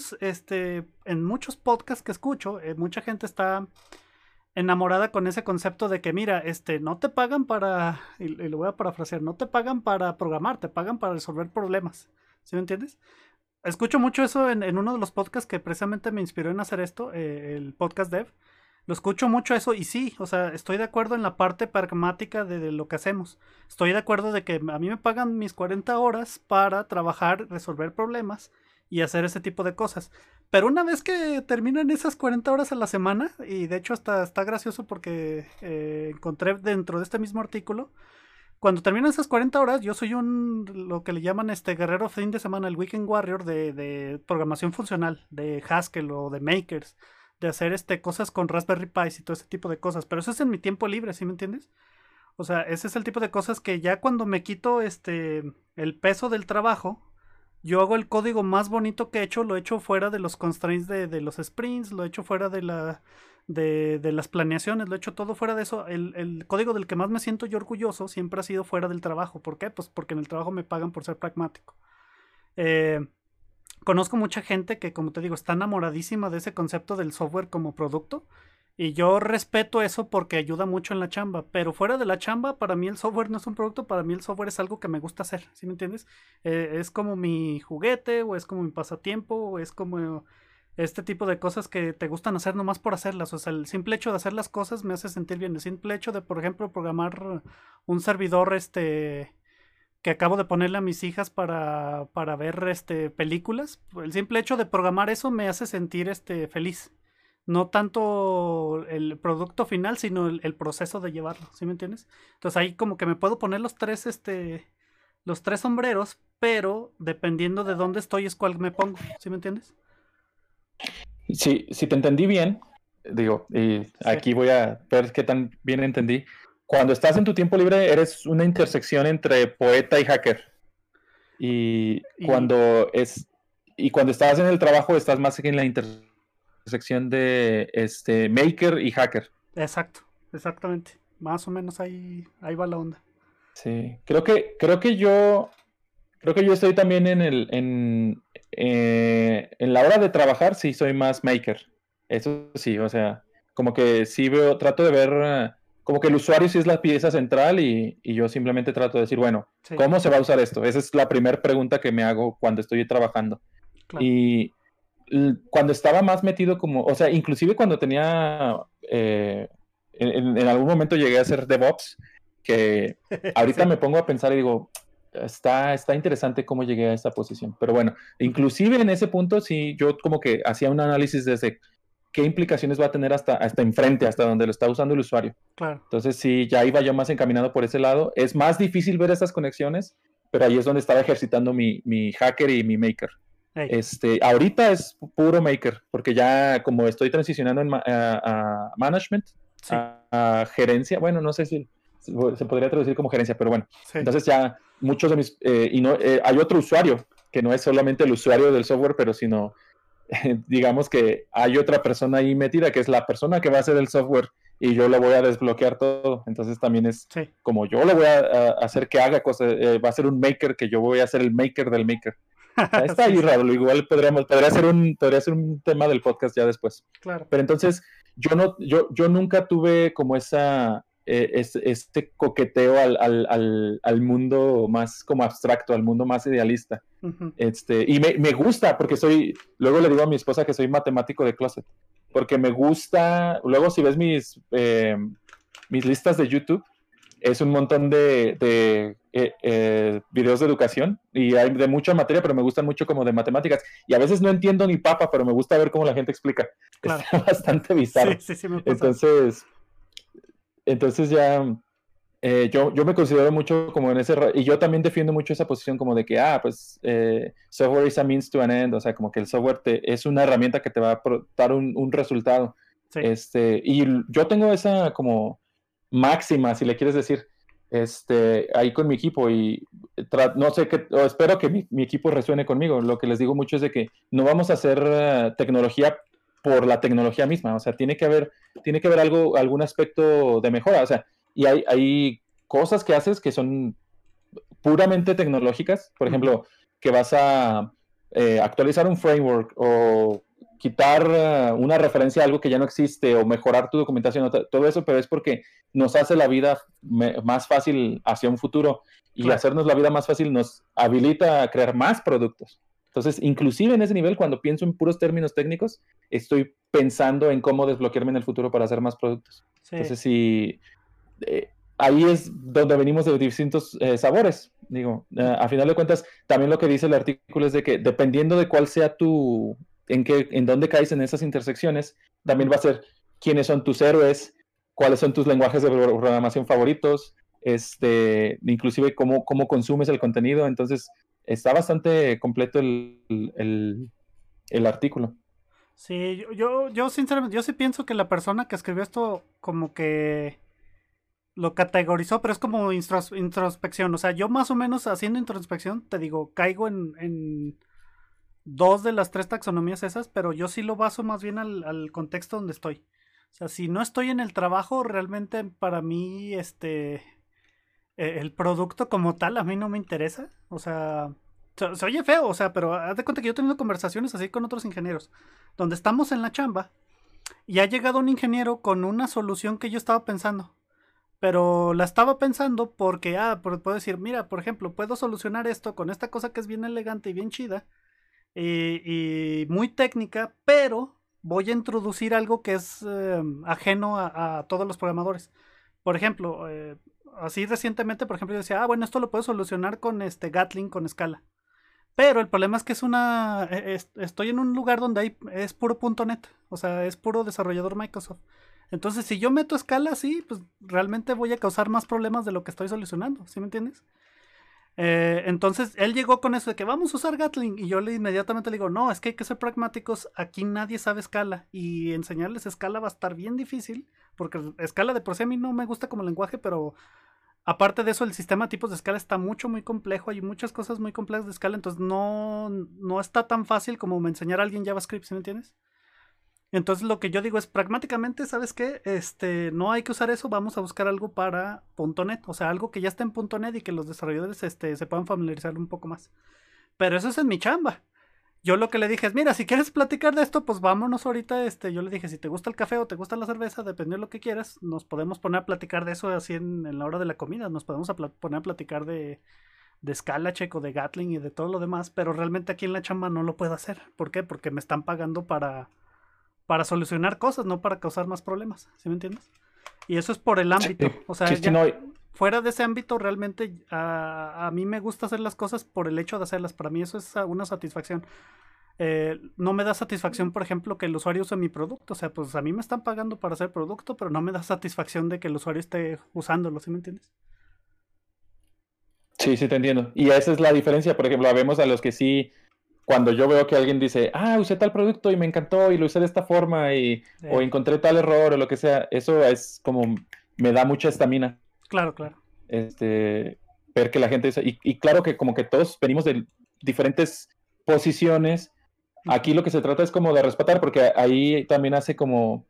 en muchos podcasts que escucho, mucha gente está enamorada con ese concepto de que, mira, no te pagan y lo voy a parafrasear, no te pagan para programar, te pagan para resolver problemas. ¿Sí me entiendes? Escucho mucho eso en uno de los podcasts que precisamente me inspiró en hacer esto, el podcast Dev, Lo escucho mucho eso y sí, o sea, estoy de acuerdo en la parte pragmática de lo que hacemos. Estoy de acuerdo de que a mí me pagan mis 40 horas para trabajar, resolver problemas y hacer ese tipo de cosas. Pero una vez que terminan esas 40 horas a la semana, y de hecho hasta está gracioso porque encontré dentro de este mismo artículo, cuando terminan esas 40 horas, yo soy lo que le llaman guerrero fin de semana, el weekend warrior de programación funcional, de Haskell o de Makers, de hacer cosas con Raspberry Pis y todo ese tipo de cosas. Pero eso es en mi tiempo libre, ¿sí me entiendes? O sea, ese es el tipo de cosas que ya cuando me quito el peso del trabajo, yo hago el código más bonito que he hecho, lo he hecho fuera de los constraints de los sprints, lo he hecho fuera de las planeaciones, lo he hecho todo fuera de eso. El código del que más me siento yo orgulloso siempre ha sido fuera del trabajo. ¿Por qué? Pues porque en el trabajo me pagan por ser pragmático. Eh, Conozco mucha gente que, como te digo, está enamoradísima de ese concepto del software como producto. Y yo respeto eso porque ayuda mucho en la chamba. Pero fuera de la chamba, para mí el software no es un producto, para mí el software es algo que me gusta hacer. ¿Sí me entiendes? Es como mi juguete, o es como mi pasatiempo, o es como este tipo de cosas que te gustan hacer nomás por hacerlas. O sea, el simple hecho de hacer las cosas me hace sentir bien. El simple hecho de, por ejemplo, programar un servidor que acabo de ponerle a mis hijas para ver películas. El simple hecho de programar eso me hace sentir feliz. No tanto el producto final, sino el proceso de llevarlo, ¿sí me entiendes? Entonces ahí como que me puedo poner los tres sombreros, pero dependiendo de dónde estoy es cuál me pongo, ¿sí me entiendes? Sí, si te entendí bien, digo, y Sí. aquí voy a ver qué tan bien entendí. Cuando estás en tu tiempo libre, eres una intersección entre poeta y hacker. Y Y y cuando estás en el trabajo, estás más en la intersección de maker y hacker. exacto, exactamente. Más o menos ahí va la onda. Sí, creo que yo estoy también en la hora de trabajar, sí soy más maker. Eso sí, o sea, como que sí trato de ver, como que el usuario sí es la pieza central y yo simplemente trato de decir, bueno, Sí, ¿cómo se va a usar esto? Esa es la primera pregunta que me hago cuando estoy trabajando. claro. Y cuando estaba más metido como, o sea, inclusive cuando tenía, en algún momento llegué a ser DevOps, que ahorita Sí, me pongo a pensar y digo, está interesante cómo llegué a esta posición. Pero bueno, ujú, inclusive en ese punto sí, yo como que hacía un análisis desde qué implicaciones va a tener hasta enfrente, hasta donde lo está usando el usuario. claro. Entonces sí, ya iba yo más encaminado por ese lado. Es más difícil ver esas conexiones, pero ahí es donde estaba ejercitando mi hacker y mi maker. Ey, Ahorita es puro maker, porque ya como estoy transicionando a management, sí, a gerencia, bueno, no sé si se podría traducir como gerencia, pero bueno, sí, entonces ya muchos de mis, y no, hay otro usuario, que no es solamente el usuario del software, pero sino, digamos que hay otra persona ahí metida, que es la persona que va a hacer el software y yo le voy a desbloquear todo, entonces también es sí. como yo le voy a hacer que haga cosas, va a ser un maker que yo voy a ser el maker del maker. Está Sí, ahí sí, raro, igual podría ser un tema del podcast ya después. claro. Pero entonces, yo nunca tuve como este coqueteo al mundo más como abstracto, al mundo más idealista. Ujú, Y me gusta, porque luego le digo a mi esposa que soy matemático de closet, porque me gusta, luego si ves mis listas de YouTube, es un montón de videos de educación y hay de mucha materia, pero me gustan mucho como de matemáticas. Y a veces no entiendo ni papa, pero me gusta ver cómo la gente explica. claro. Está bastante Sí, bizarro. sí, sí me pasa. Entonces ya yo me considero mucho como y yo también defiendo mucho esa posición como de que, pues, software is a means to an end, o sea, como que el software es una herramienta que te va a dar un resultado. Sí, Y yo tengo esa como máxima, si le quieres decir, ahí con mi equipo y no sé qué, o espero que mi equipo resuene conmigo. Lo que les digo mucho es de que no vamos a hacer tecnología por la tecnología misma, o sea, tiene que haber algún aspecto de mejora, o sea, y hay cosas que haces que son puramente tecnológicas, por ujú, ejemplo, que vas a actualizar un framework o quitar una referencia a algo que ya no existe o mejorar tu documentación, todo eso, pero es porque nos hace la vida más fácil hacia un futuro y claro. hacernos la vida más fácil nos habilita a crear más productos. Entonces, inclusive en ese nivel, cuando pienso en puros términos técnicos, estoy pensando en cómo desbloquearme en el futuro para hacer más productos. Sí. Entonces, si ahí es donde venimos de distintos sabores. Digo, a final de cuentas, también lo que dice el artículo es de que dependiendo de cuál sea en dónde caes en esas intersecciones, también va a ser quiénes son tus héroes, cuáles son tus lenguajes de programación favoritos, inclusive cómo consumes el contenido. Entonces, está bastante completo el artículo. Sí, yo sinceramente, yo sí pienso que la persona que escribió esto como que lo categorizó, pero es como introspección. O sea, yo más o menos haciendo introspección, te digo, caigo en dos de las tres taxonomías esas, pero yo sí lo baso más bien al contexto donde estoy. O sea, si no estoy en el trabajo, realmente para mí, el producto como tal a mí no me interesa. O sea, se oye feo, o sea, pero haz de cuenta que yo he tenido conversaciones así con otros ingenieros, donde estamos en la chamba y ha llegado un ingeniero con una solución que yo estaba pensando. Pero la estaba pensando porque, puedo decir, mira, por ejemplo, puedo solucionar esto con esta cosa que es bien elegante y bien chida y muy técnica, pero voy a introducir algo que es ajeno a todos los programadores. Por ejemplo, así recientemente, por ejemplo, yo decía, bueno, esto lo puedo solucionar con este Gatling con Scala. Pero el problema es que estoy en un lugar donde es puro .NET, o sea, es puro desarrollador Microsoft. Entonces, si yo meto Scala así, pues realmente voy a causar más problemas de lo que estoy solucionando, ¿sí me entiendes? Entonces, él llegó con eso de que vamos a usar Gatling y yo inmediatamente le digo, no, es que hay que ser pragmáticos, aquí nadie sabe Scala y enseñarles Scala va a estar bien difícil, porque Scala de por sí a mí no me gusta como lenguaje, pero aparte de eso, el sistema de tipos de escala está muy complejo. Hay muchas cosas muy complejas de escala. Entonces no está tan fácil como me enseñar a alguien JavaScript, ¿sí me entiendes? Entonces lo que yo digo es pragmáticamente, ¿sabes qué? No hay que usar eso, vamos a buscar algo para .NET. O sea, algo que ya esté en .NET y que los desarrolladores se puedan familiarizar un poco más. Pero eso es en mi chamba. Yo lo que le dije es, mira, si quieres platicar de esto, pues vámonos ahorita, yo le dije, si te gusta el café o te gusta la cerveza, depende de lo que quieras, nos podemos poner a platicar de eso así en la hora de la comida, nos podemos poner a platicar de Scala, Checo, de Gatling y de todo lo demás, pero realmente aquí en la chamba no lo puedo hacer. ¿Por qué? Porque me están pagando para solucionar cosas, no para causar más problemas, ¿sí me entiendes? Y eso es por el Sí, ámbito, o sea, sí, sí, ya no, fuera de ese ámbito realmente a mí me gusta hacer las cosas por el hecho de hacerlas, para mí eso es una satisfacción. No me da satisfacción, por ejemplo, que el usuario use mi producto. O sea, pues a mí me están pagando para hacer producto, pero no me da satisfacción de que el usuario esté usándolo, ¿sí me entiendes? sí, sí te entiendo. Y esa es la diferencia, por ejemplo, vemos a los que sí, cuando yo veo que alguien dice, usé tal producto y me encantó y lo usé de esta forma o encontré tal error o lo que sea, eso es como, me da mucha estamina. Claro, claro. Ver que la gente dice, y claro que como que todos venimos de diferentes posiciones, aquí lo que se trata es como de respetar, porque ahí también hace como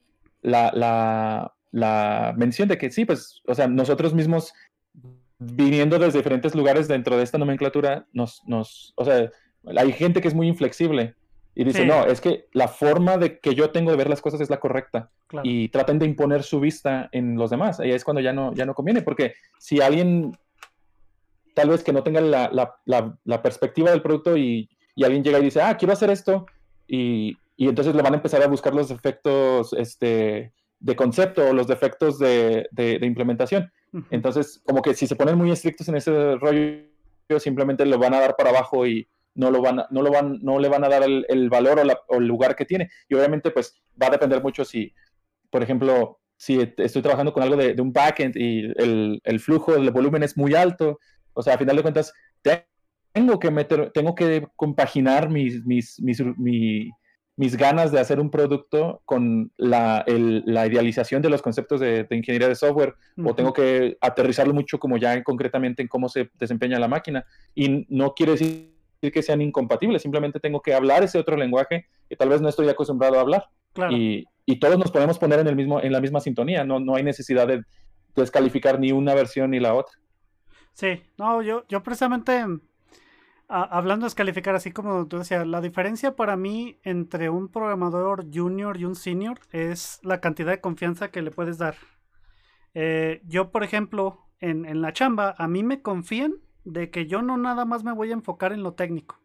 la mención de que sí, pues, o sea, nosotros mismos viniendo desde diferentes lugares dentro de esta nomenclatura, o sea, hay gente que es muy inflexible y dice, Sí, no, es que la forma de que yo tengo de ver las cosas es la correcta claro. y traten de imponer su vista en los demás. Ahí es cuando ya no conviene, porque si alguien tal vez que no tenga la perspectiva del producto y alguien llega y dice, quiero hacer esto, y entonces le van a empezar a buscar los defectos de concepto o los defectos de implementación. Ujú. Entonces, como que si se ponen muy estrictos en ese rollo, simplemente lo van a dar para abajo y no le van a dar el valor o el lugar que tiene. Y obviamente, pues va a depender mucho si, por ejemplo, si estoy trabajando con algo de un backend y el flujo, el volumen es muy alto, o sea, a final de cuentas, tengo que compaginar mis ganas de hacer un producto con la idealización de los conceptos de ingeniería de software, o Ujú. tengo que aterrizarlo mucho como ya concretamente en cómo se desempeña la máquina. Y no quiere decir que sean incompatibles, simplemente tengo que hablar ese otro lenguaje que tal vez no estoy acostumbrado a hablar. Claro. Y todos nos podemos poner en la misma sintonía, no hay necesidad de descalificar ni una versión ni la otra. Sí, no, yo precisamente hablando de descalificar, así como tú decías, la diferencia para mí entre un programador junior y un senior es la cantidad de confianza que le puedes dar. Yo, por ejemplo, en la chamba, a mí me confían de que yo no nada más me voy a enfocar en lo técnico.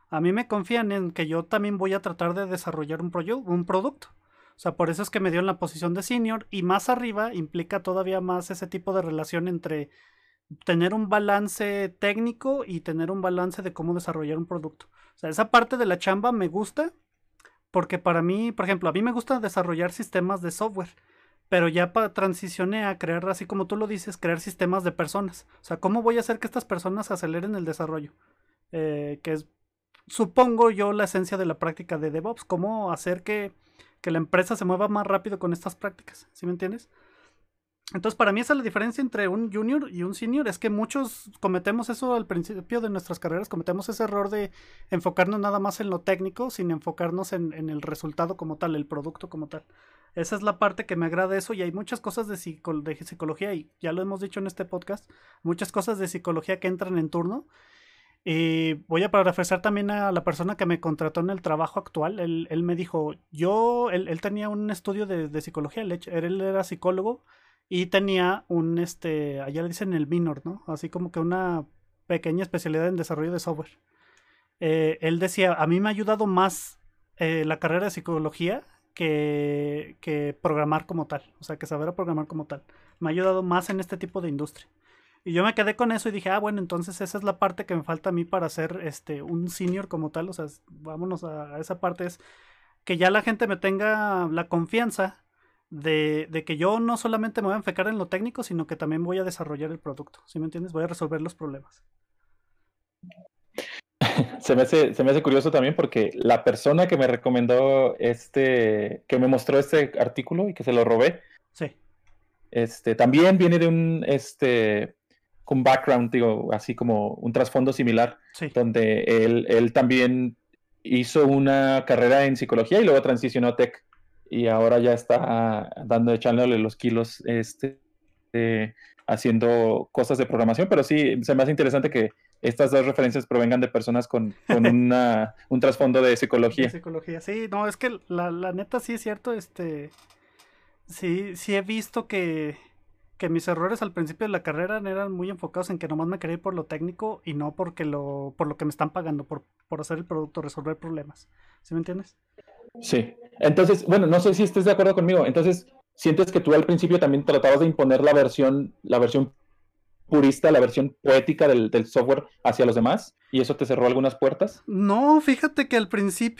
A mí me confían en que yo también voy a tratar de desarrollar un producto. O sea, por eso es que me dio en la posición de senior y más arriba implica todavía más ese tipo de relación entre tener un balance técnico y tener un balance de cómo desarrollar un producto. O sea, esa parte de la chamba me gusta porque para mí, por ejemplo, a mí me gusta desarrollar sistemas de software, pero ya transicioné a crear, así como tú lo dices, crear sistemas de personas. O sea, ¿cómo voy a hacer que estas personas aceleren el desarrollo? Que es, supongo yo, la esencia de la práctica de DevOps. ¿Cómo hacer que la empresa se mueva más rápido con estas prácticas? ¿Sí me entiendes? Entonces, para mí esa es la diferencia entre un junior y un senior. Es que muchos cometemos eso al principio de nuestras carreras, cometemos ese error de enfocarnos nada más en lo técnico, sin enfocarnos en el resultado como tal, el producto como tal. Esa es la parte que me agrada eso y hay muchas cosas de psicología y ya lo hemos dicho en este podcast, muchas cosas de psicología que entran en turno. Y voy a parafrasear también a la persona que me contrató en el trabajo actual. Él me dijo, él tenía un estudio de psicología, él era psicólogo y tenía allá le dicen el minor, ¿no? Así como que una pequeña especialidad en desarrollo de software. Él decía, a mí me ha ayudado más la carrera de psicología que programar como tal, o sea, que saber programar como tal. Me ha ayudado más en este tipo de industria. Y yo me quedé con eso y dije, ah, bueno, entonces esa es la parte que me falta a mí para ser un senior como tal. O sea, vámonos a esa parte, es que ya la gente me tenga la confianza de que yo no solamente me voy a enfocar en lo técnico, sino que también voy a desarrollar el producto. ¿Sí me entiendes? Voy a resolver los problemas. Se me hace curioso también porque la persona que me recomendó que me mostró este artículo y que se lo robé, Sí, también viene de con background, digo, así como un trasfondo similar, sí. donde él también hizo una carrera en psicología y luego transicionó a tech y ahora ya está echándole los kilos, haciendo cosas de programación, pero sí, se me hace interesante que estas dos referencias provengan de personas con un trasfondo de De psicología. psicología. Sí, no, es que la neta sí es cierto, sí he visto que mis errores al principio de la carrera eran muy enfocados en que nomás me quería ir por lo técnico y no por lo que me están pagando, por hacer el producto, resolver problemas. ¿Sí me entiendes? Sí. Entonces, bueno, no sé si estés de acuerdo conmigo. Entonces, ¿sientes que tú al principio también tratabas de imponer la versión purista, la versión poética del software hacia los demás? ¿Y eso te cerró algunas puertas? No, fíjate que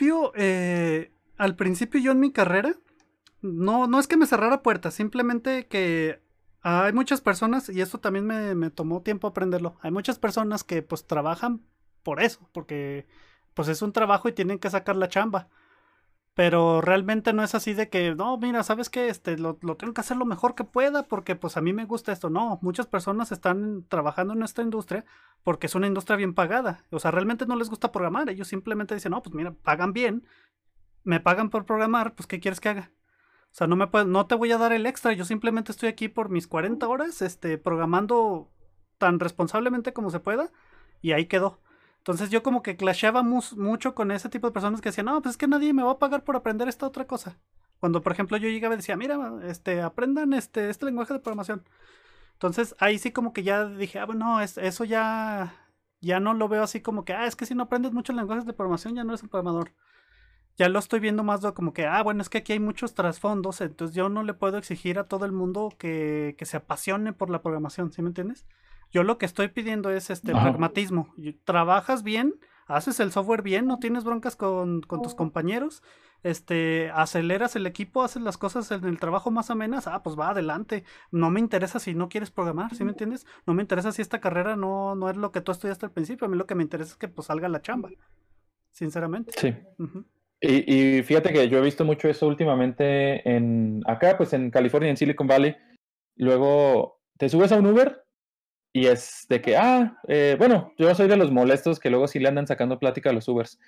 al principio yo en mi carrera, no es que me cerrara puertas, simplemente que hay muchas personas, y esto también me tomó tiempo aprenderlo, hay muchas personas que pues trabajan por eso, porque pues es un trabajo y tienen que sacar la chamba. Pero realmente no es así de que, no, mira, ¿sabes qué? Lo tengo que hacer lo mejor que pueda porque pues a mí me gusta esto. No, muchas personas están trabajando en esta industria porque es una industria bien pagada. O sea, realmente no les gusta programar. Ellos simplemente dicen, no, pues mira, pagan bien, me pagan por programar, pues ¿qué quieres que haga? O sea, no te voy a dar el extra. Yo simplemente estoy aquí por mis 40 horas, programando tan responsablemente como se pueda y ahí quedó. Entonces yo como que clasheaba mucho con ese tipo de personas que decían, no, pues es que nadie me va a pagar por aprender esta otra cosa. Cuando, por ejemplo, yo llegaba y decía, mira, aprendan este lenguaje de programación. Entonces ahí sí como que ya dije, ah, bueno, eso ya no lo veo así como que, es que si no aprendes muchos lenguajes de programación ya no eres un programador. Ya lo estoy viendo más como que, bueno, es que aquí hay muchos trasfondos, entonces yo no le puedo exigir a todo el mundo que se apasione por la programación, ¿sí me entiendes? Yo lo que estoy pidiendo es Ajá. pragmatismo. Trabajas bien, haces el software bien, no tienes broncas con tus compañeros, aceleras el equipo, haces las cosas en el trabajo más amenas, pues va adelante. No me interesa si no quieres programar, ¿sí me entiendes? No me interesa si esta carrera no es lo que tú estudiaste al principio, a mí lo que me interesa es que pues salga la chamba, sinceramente. Sí. Ujú. Y fíjate que yo he visto mucho eso últimamente acá, pues en California, en Silicon Valley. Luego te subes a un Uber y es de que, bueno, yo soy de los molestos que luego sí le andan sacando plática a los Ubers.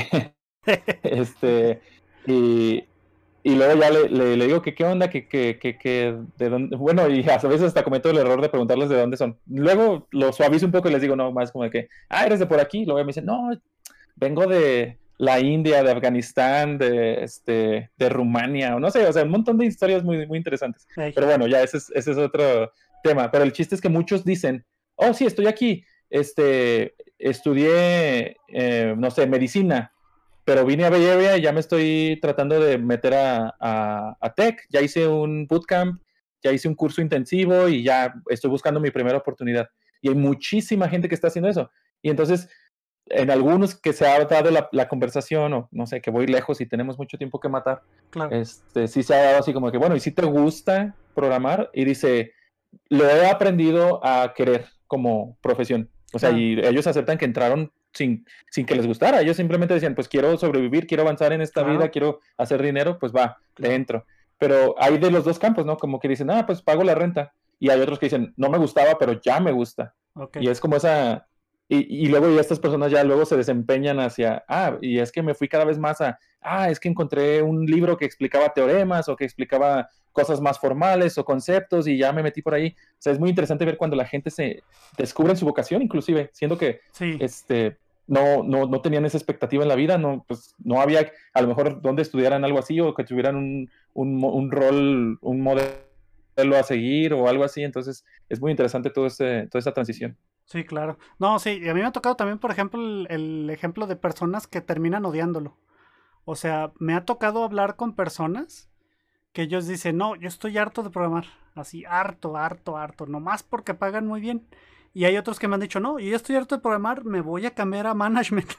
Este, y, y luego ya le digo que qué onda, que de dónde, bueno, y a veces hasta cometo el error de preguntarles de dónde son. Luego lo suavizo un poco y les digo, no, más como de que, eres de por aquí. Luego me dicen, no, vengo de la India, de Afganistán, de Rumania, o no sé, o sea, un montón de historias muy, muy interesantes. Ey. Pero bueno, ya ese es otro tema. Pero el chiste es que muchos dicen, oh, sí, estoy aquí, estudié, no sé, medicina, pero vine a Bay Area y ya me estoy tratando de meter a Tech. Ya hice un bootcamp, ya hice un curso intensivo y ya estoy buscando mi primera oportunidad. Y hay muchísima gente que está haciendo eso. Y entonces, en algunos que se ha dado la conversación, o no sé, que voy lejos y tenemos mucho tiempo que matar, Claro. sí se ha dado así como que, bueno, ¿y si te gusta programar? Y dice, lo he aprendido a querer como profesión. O sea, Claro. y ellos aceptan que entraron sin que les gustara. Ellos simplemente decían, pues quiero sobrevivir, quiero avanzar en esta vida, Claro. quiero hacer dinero, pues va, le Claro. entro. Pero hay de los dos campos, ¿no? Como que dicen, ah, pues pago la renta. Y hay otros que dicen, no me gustaba, pero ya me gusta. Ok. Y es como esa... Y luego y estas personas ya luego se desempeñan hacia, y es que me fui cada vez más es que encontré un libro que explicaba teoremas o que explicaba cosas más formales o conceptos y ya me metí por ahí. O sea, es muy interesante ver cuando la gente se descubre en su vocación, inclusive, siendo que Sí. no tenían esa expectativa en la vida, pues no había a lo mejor donde estudiaran algo así o que tuvieran un rol, un modelo a seguir o algo así. Entonces, es muy interesante toda esa transición. Sí, claro. No, sí, y a mí me ha tocado también, por ejemplo, el ejemplo de personas que terminan odiándolo. O sea, me ha tocado hablar con personas que ellos dicen, no, yo estoy harto de programar. Así, harto, harto, harto. Nomás porque pagan muy bien. Y hay otros que me han dicho, no, yo ya estoy harto de programar, me voy a cambiar a management.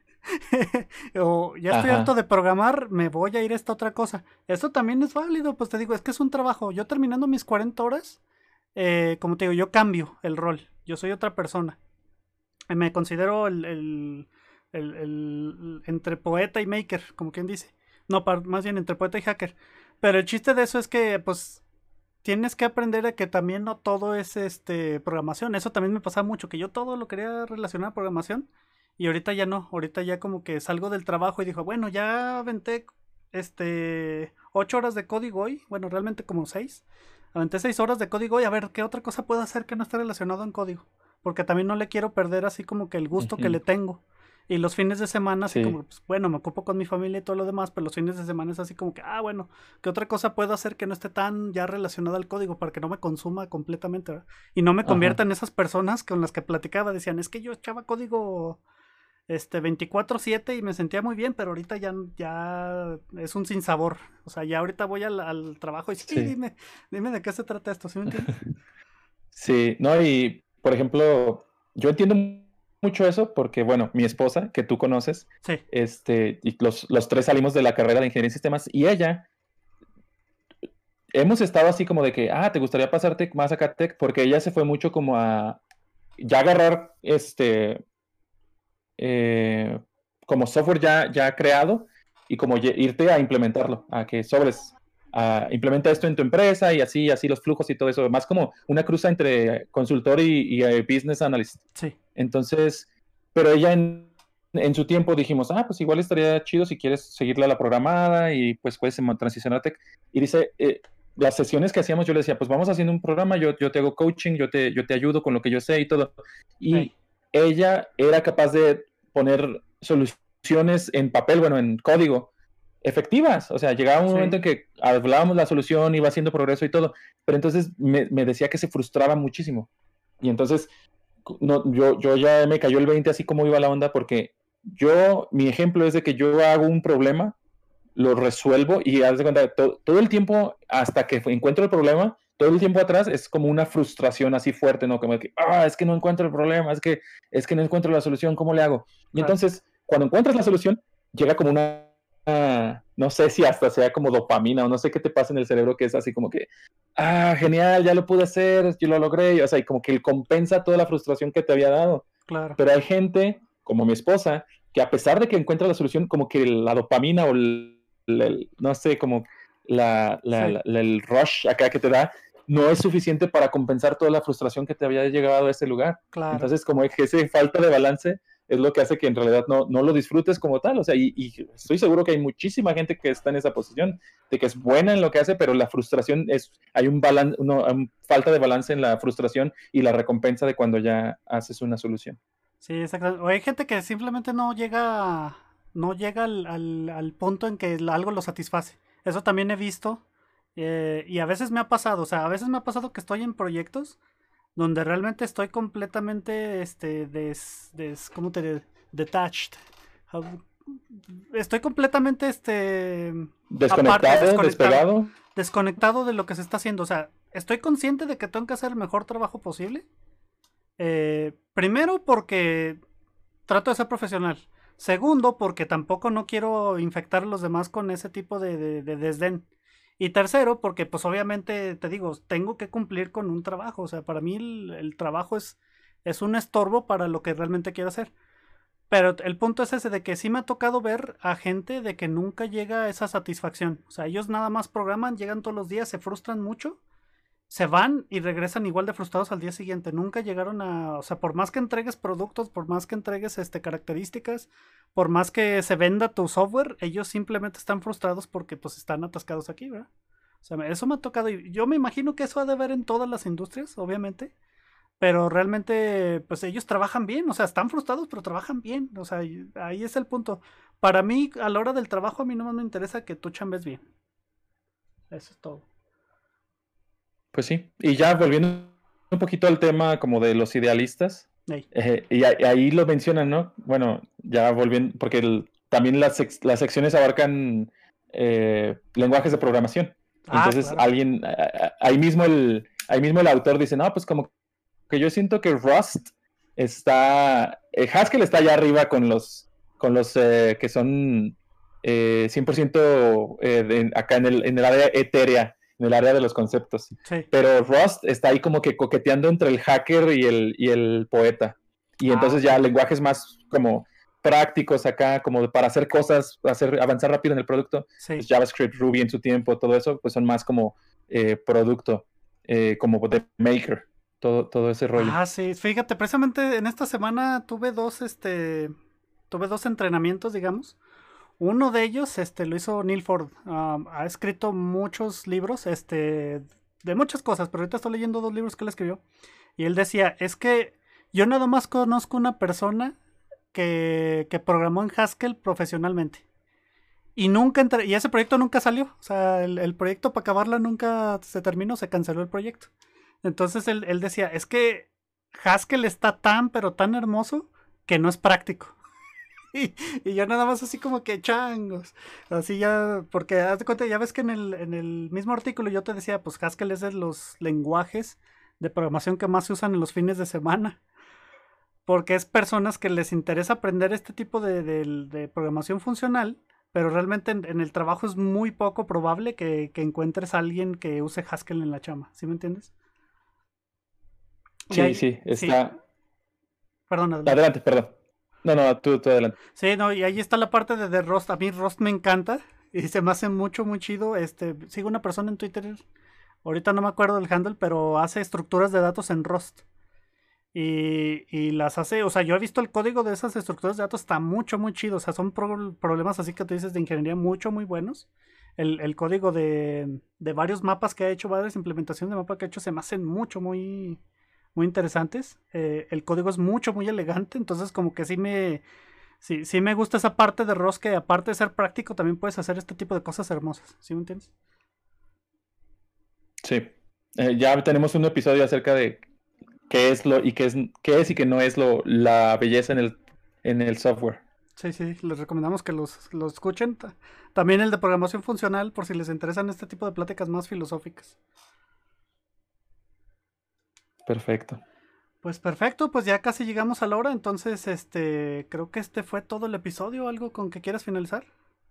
O ya estoy harto Ajá. de programar, me voy a ir a esta otra cosa. Eso también es válido, pues te digo, es que es un trabajo. Yo terminando mis 40 horas, como te digo, yo cambio el rol. Yo soy otra persona. Me considero entre poeta y maker, como quien dice. No, más bien entre poeta y hacker. Pero el chiste de eso es que, pues, tienes que aprender a que también no todo es programación. Eso también me pasaba mucho, que yo todo lo quería relacionar a programación. Y ahorita ya no. Ahorita ya como que salgo del trabajo y digo, bueno, ya aventé 8 horas de código hoy. Bueno, realmente como 6. Aventé 6 horas de código y a ver qué otra cosa puedo hacer que no esté relacionado en código. Porque también no le quiero perder así como que el gusto que Ujú. le tengo. Y los fines de semana, así como, Sí. pues, bueno, me ocupo con mi familia y todo lo demás, pero los fines de semana es así como que, bueno, ¿qué otra cosa puedo hacer que no esté tan ya relacionada al código para que no me consuma completamente, ¿verdad? Y no me convierta Ajá. en esas personas con las que platicaba, decían, es que yo echaba código 24/7 y me sentía muy bien, pero ahorita ya es un sinsabor. O sea, ya ahorita voy al trabajo y sí, Sí. dime de qué se trata esto, ¿sí me entiendes? Sí, no, y por ejemplo, yo entiendo mucho eso porque, bueno, mi esposa, que tú conoces, Sí, y los tres salimos de la carrera de ingeniería en sistemas y ella, hemos estado así como de que, ¿te gustaría pasarte más acá a Tech? Porque ella se fue mucho como a ya agarrar eh, como software ya creado y como irte a implementarlo, a que sobres, implementa esto en tu empresa y así los flujos y todo eso, más como una cruza entre consultor y business analyst. sí, Entonces, pero ella en su tiempo dijimos, pues igual estaría chido si quieres seguirle a la programada y pues puedes transicionar a tech. Y dice, las sesiones que hacíamos, yo le decía, pues vamos haciendo un programa, yo te hago coaching, yo te ayudo con lo que yo sé y todo. hey, Y ella era capaz de poner soluciones en papel, bueno, en código, efectivas. O sea, llegaba un momento sí, en que hablábamos la solución, iba haciendo progreso y todo, pero entonces me decía que se frustraba muchísimo. Y entonces no, yo ya me cayó el 20 así como iba la onda, porque mi ejemplo es de que yo hago un problema, lo resuelvo y haz de cuenta, todo el tiempo hasta que encuentro el problema, todo el tiempo atrás es como una frustración así fuerte, ¿no? Como que, es que no encuentro el problema, es que no encuentro la solución, ¿cómo le hago? Y claro. entonces, cuando encuentras la solución, llega como no sé si hasta sea como dopamina o no sé qué te pasa en el cerebro que es así como que, genial, ya lo pude hacer, yo lo logré, o sea, y como que compensa toda la frustración que te había dado. Claro. Pero hay gente, como mi esposa, que a pesar de que encuentra la solución, como que la dopamina o no sé, como Sí, el rush acá que te da, no es suficiente para compensar toda la frustración que te había llegado a ese lugar. claro. Entonces, como que esa falta de balance es lo que hace que en realidad no lo disfrutes como tal. O sea, y estoy seguro que hay muchísima gente que está en esa posición, de que es buena en lo que hace, pero la frustración hay falta de balance en la frustración y la recompensa de cuando ya haces una solución. Sí, exacto. O hay gente que simplemente no llega al punto en que algo lo satisface. Eso también he visto. Y a veces me ha pasado, o sea, a veces me ha pasado que estoy en proyectos. donde realmente estoy completamente, ¿cómo te detached? How- Estoy completamente, aparte, Desconectado, despegado. desconectado de lo que se está haciendo. O sea, estoy consciente de que tengo que hacer el mejor trabajo posible. Primero porque trato de ser profesional. Segundo, porque tampoco no quiero infectar a los demás con ese tipo de desdén. Y tercero, porque pues obviamente, te digo, tengo que cumplir con un trabajo. O sea, para mí el trabajo es un estorbo para lo que realmente quiero hacer. Pero el punto es ese de que sí me ha tocado ver a gente de que nunca llega a esa satisfacción. O sea, ellos nada más programan, llegan todos los días, se frustran mucho, se van y regresan igual de frustrados al día siguiente. Nunca llegaron a, o sea, por más que entregues productos, por más que entregues características, por más que se venda tu software, ellos simplemente están frustrados porque pues están atascados aquí, ¿verdad? O sea, eso me ha tocado y yo me imagino que eso ha de ver en todas las industrias, obviamente. Pero realmente, pues ellos trabajan bien, o sea, están frustrados, pero trabajan bien. O sea, ahí es el punto. Para mí, a la hora del trabajo, a mí no me interesa que tú chambes bien. Eso es todo. Pues sí. Y ya volviendo un poquito al tema como de los idealistas, Ey. ahí lo mencionan, ¿no? Bueno, ya volviendo, porque también las secciones abarcan lenguajes de programación. Ah, Entonces claro. alguien, ahí mismo el autor dice, no, pues como que yo siento que Rust está, Haskell está allá arriba con los que son 100% acá en el área etérea, en el área de los conceptos. Sí. Pero Rust está ahí como que coqueteando entre el hacker y el poeta. Y Ah, entonces ya ok. lenguajes más como prácticos acá, como para hacer cosas, avanzar rápido en el producto, Sí. pues JavaScript, Ruby en su tiempo, todo eso, pues son más como producto, como de maker, todo ese rollo. Ah, sí. Fíjate, precisamente en esta semana tuve dos entrenamientos, digamos. Uno de ellos, lo hizo Neil Ford. Ha escrito muchos libros, de muchas cosas, pero ahorita estoy leyendo dos libros que él escribió. Y él decía, es que yo nada más conozco una persona que programó en Haskell profesionalmente. Y ese proyecto nunca salió. O sea, el proyecto para acabarla nunca se terminó, se canceló el proyecto. Entonces él decía, es que Haskell está tan, pero tan hermoso que no es práctico. Y yo nada más así como que changos. Así ya, porque haz de cuenta, ya ves que en el mismo artículo yo te decía, pues Haskell es de los lenguajes de programación que más se usan en los fines de semana. Porque es personas que les interesa aprender este tipo de programación funcional, pero realmente en el trabajo es muy poco probable que encuentres a alguien que use Haskell en la chama. ¿Sí me entiendes? Y Sí, ahí, sí, sí, está. perdón, adelante. Adelante, perdón. No, no, tú adelante. Sí, no, y ahí está la parte de Rust. A mí Rust me encanta y se me hace mucho, muy chido. Sigo una persona en Twitter, ahorita no me acuerdo del handle, pero hace estructuras de datos en Rust. Y las hace, o sea, yo he visto el código de esas estructuras de datos, está mucho, muy chido. O sea, son problemas así que tú dices de ingeniería mucho, muy buenos. El código de varios mapas que ha hecho, varias implementaciones de mapas que ha hecho, se me hacen mucho, muy, muy interesantes. El código es mucho, muy elegante. Entonces, como que sí me gusta esa parte de ROS que aparte de ser práctico, también puedes hacer este tipo de cosas hermosas. ¿Sí me entiendes? Sí. Ya tenemos un episodio acerca de qué es lo y qué es y qué no es la belleza en el software. Sí, sí, les recomendamos que los escuchen. También el de programación funcional, por si les interesan este tipo de pláticas más filosóficas. Perfecto. Pues perfecto, pues ya casi llegamos a la hora, entonces creo que este fue todo el episodio. ¿Algo con que quieras finalizar?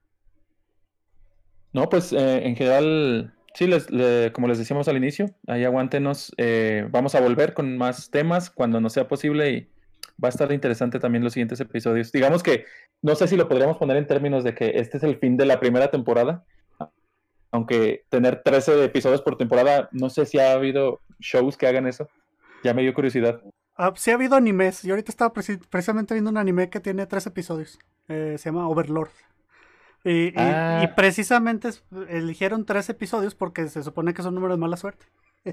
No, pues en general, sí, como les decíamos al inicio, ahí aguántenos. Vamos a volver con más temas cuando nos sea posible y va a estar interesante también los siguientes episodios. Digamos que no sé si lo podríamos poner en términos de que este es el fin de la primera temporada, aunque tener 13 episodios por temporada, no sé si ha habido shows que hagan eso. Ya me dio curiosidad. Sí ha habido animes. Yo ahorita estaba precisamente viendo un anime que tiene 3 episodios. Se llama Overlord. Y Ah, precisamente eligieron 3 episodios porque se supone que es un número de mala suerte.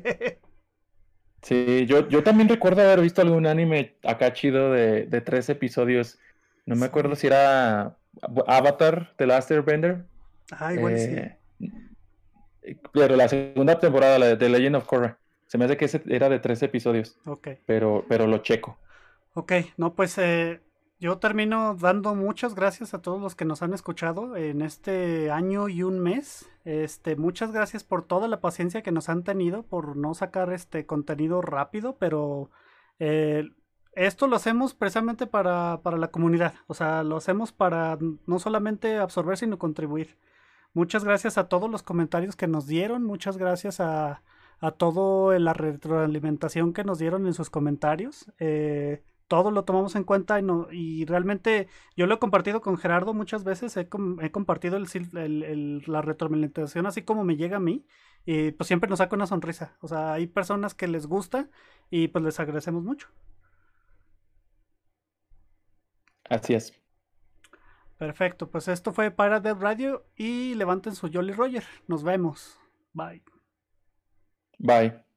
sí, yo también recuerdo haber visto algún anime acá chido de 3 episodios. No me acuerdo Sí. si era Avatar, The Last Airbender. Ah, igual y sí. eh, pero la segunda temporada, la de The Legend of Korra. Se me hace que ese era de 3 episodios, Ok. pero lo checo. Ok, no, pues yo termino dando muchas gracias a todos los que nos han escuchado en este año y un mes. Muchas gracias por toda la paciencia que nos han tenido, por no sacar este contenido rápido, pero eh, esto lo hacemos precisamente para la comunidad. O sea, lo hacemos para no solamente absorber, sino contribuir. Muchas gracias a todos los comentarios que nos dieron, muchas gracias a todo la retroalimentación que nos dieron en sus comentarios. Todo lo tomamos en cuenta y realmente yo lo he compartido con Gerardo muchas veces, he compartido la retroalimentación así como me llega a mí y pues siempre nos saca una sonrisa. O sea, hay personas que les gusta y pues les agradecemos mucho. Así es. Perfecto, pues esto fue Para Dev Radio y levanten su Jolly Roger. Nos vemos. Bye. Bye.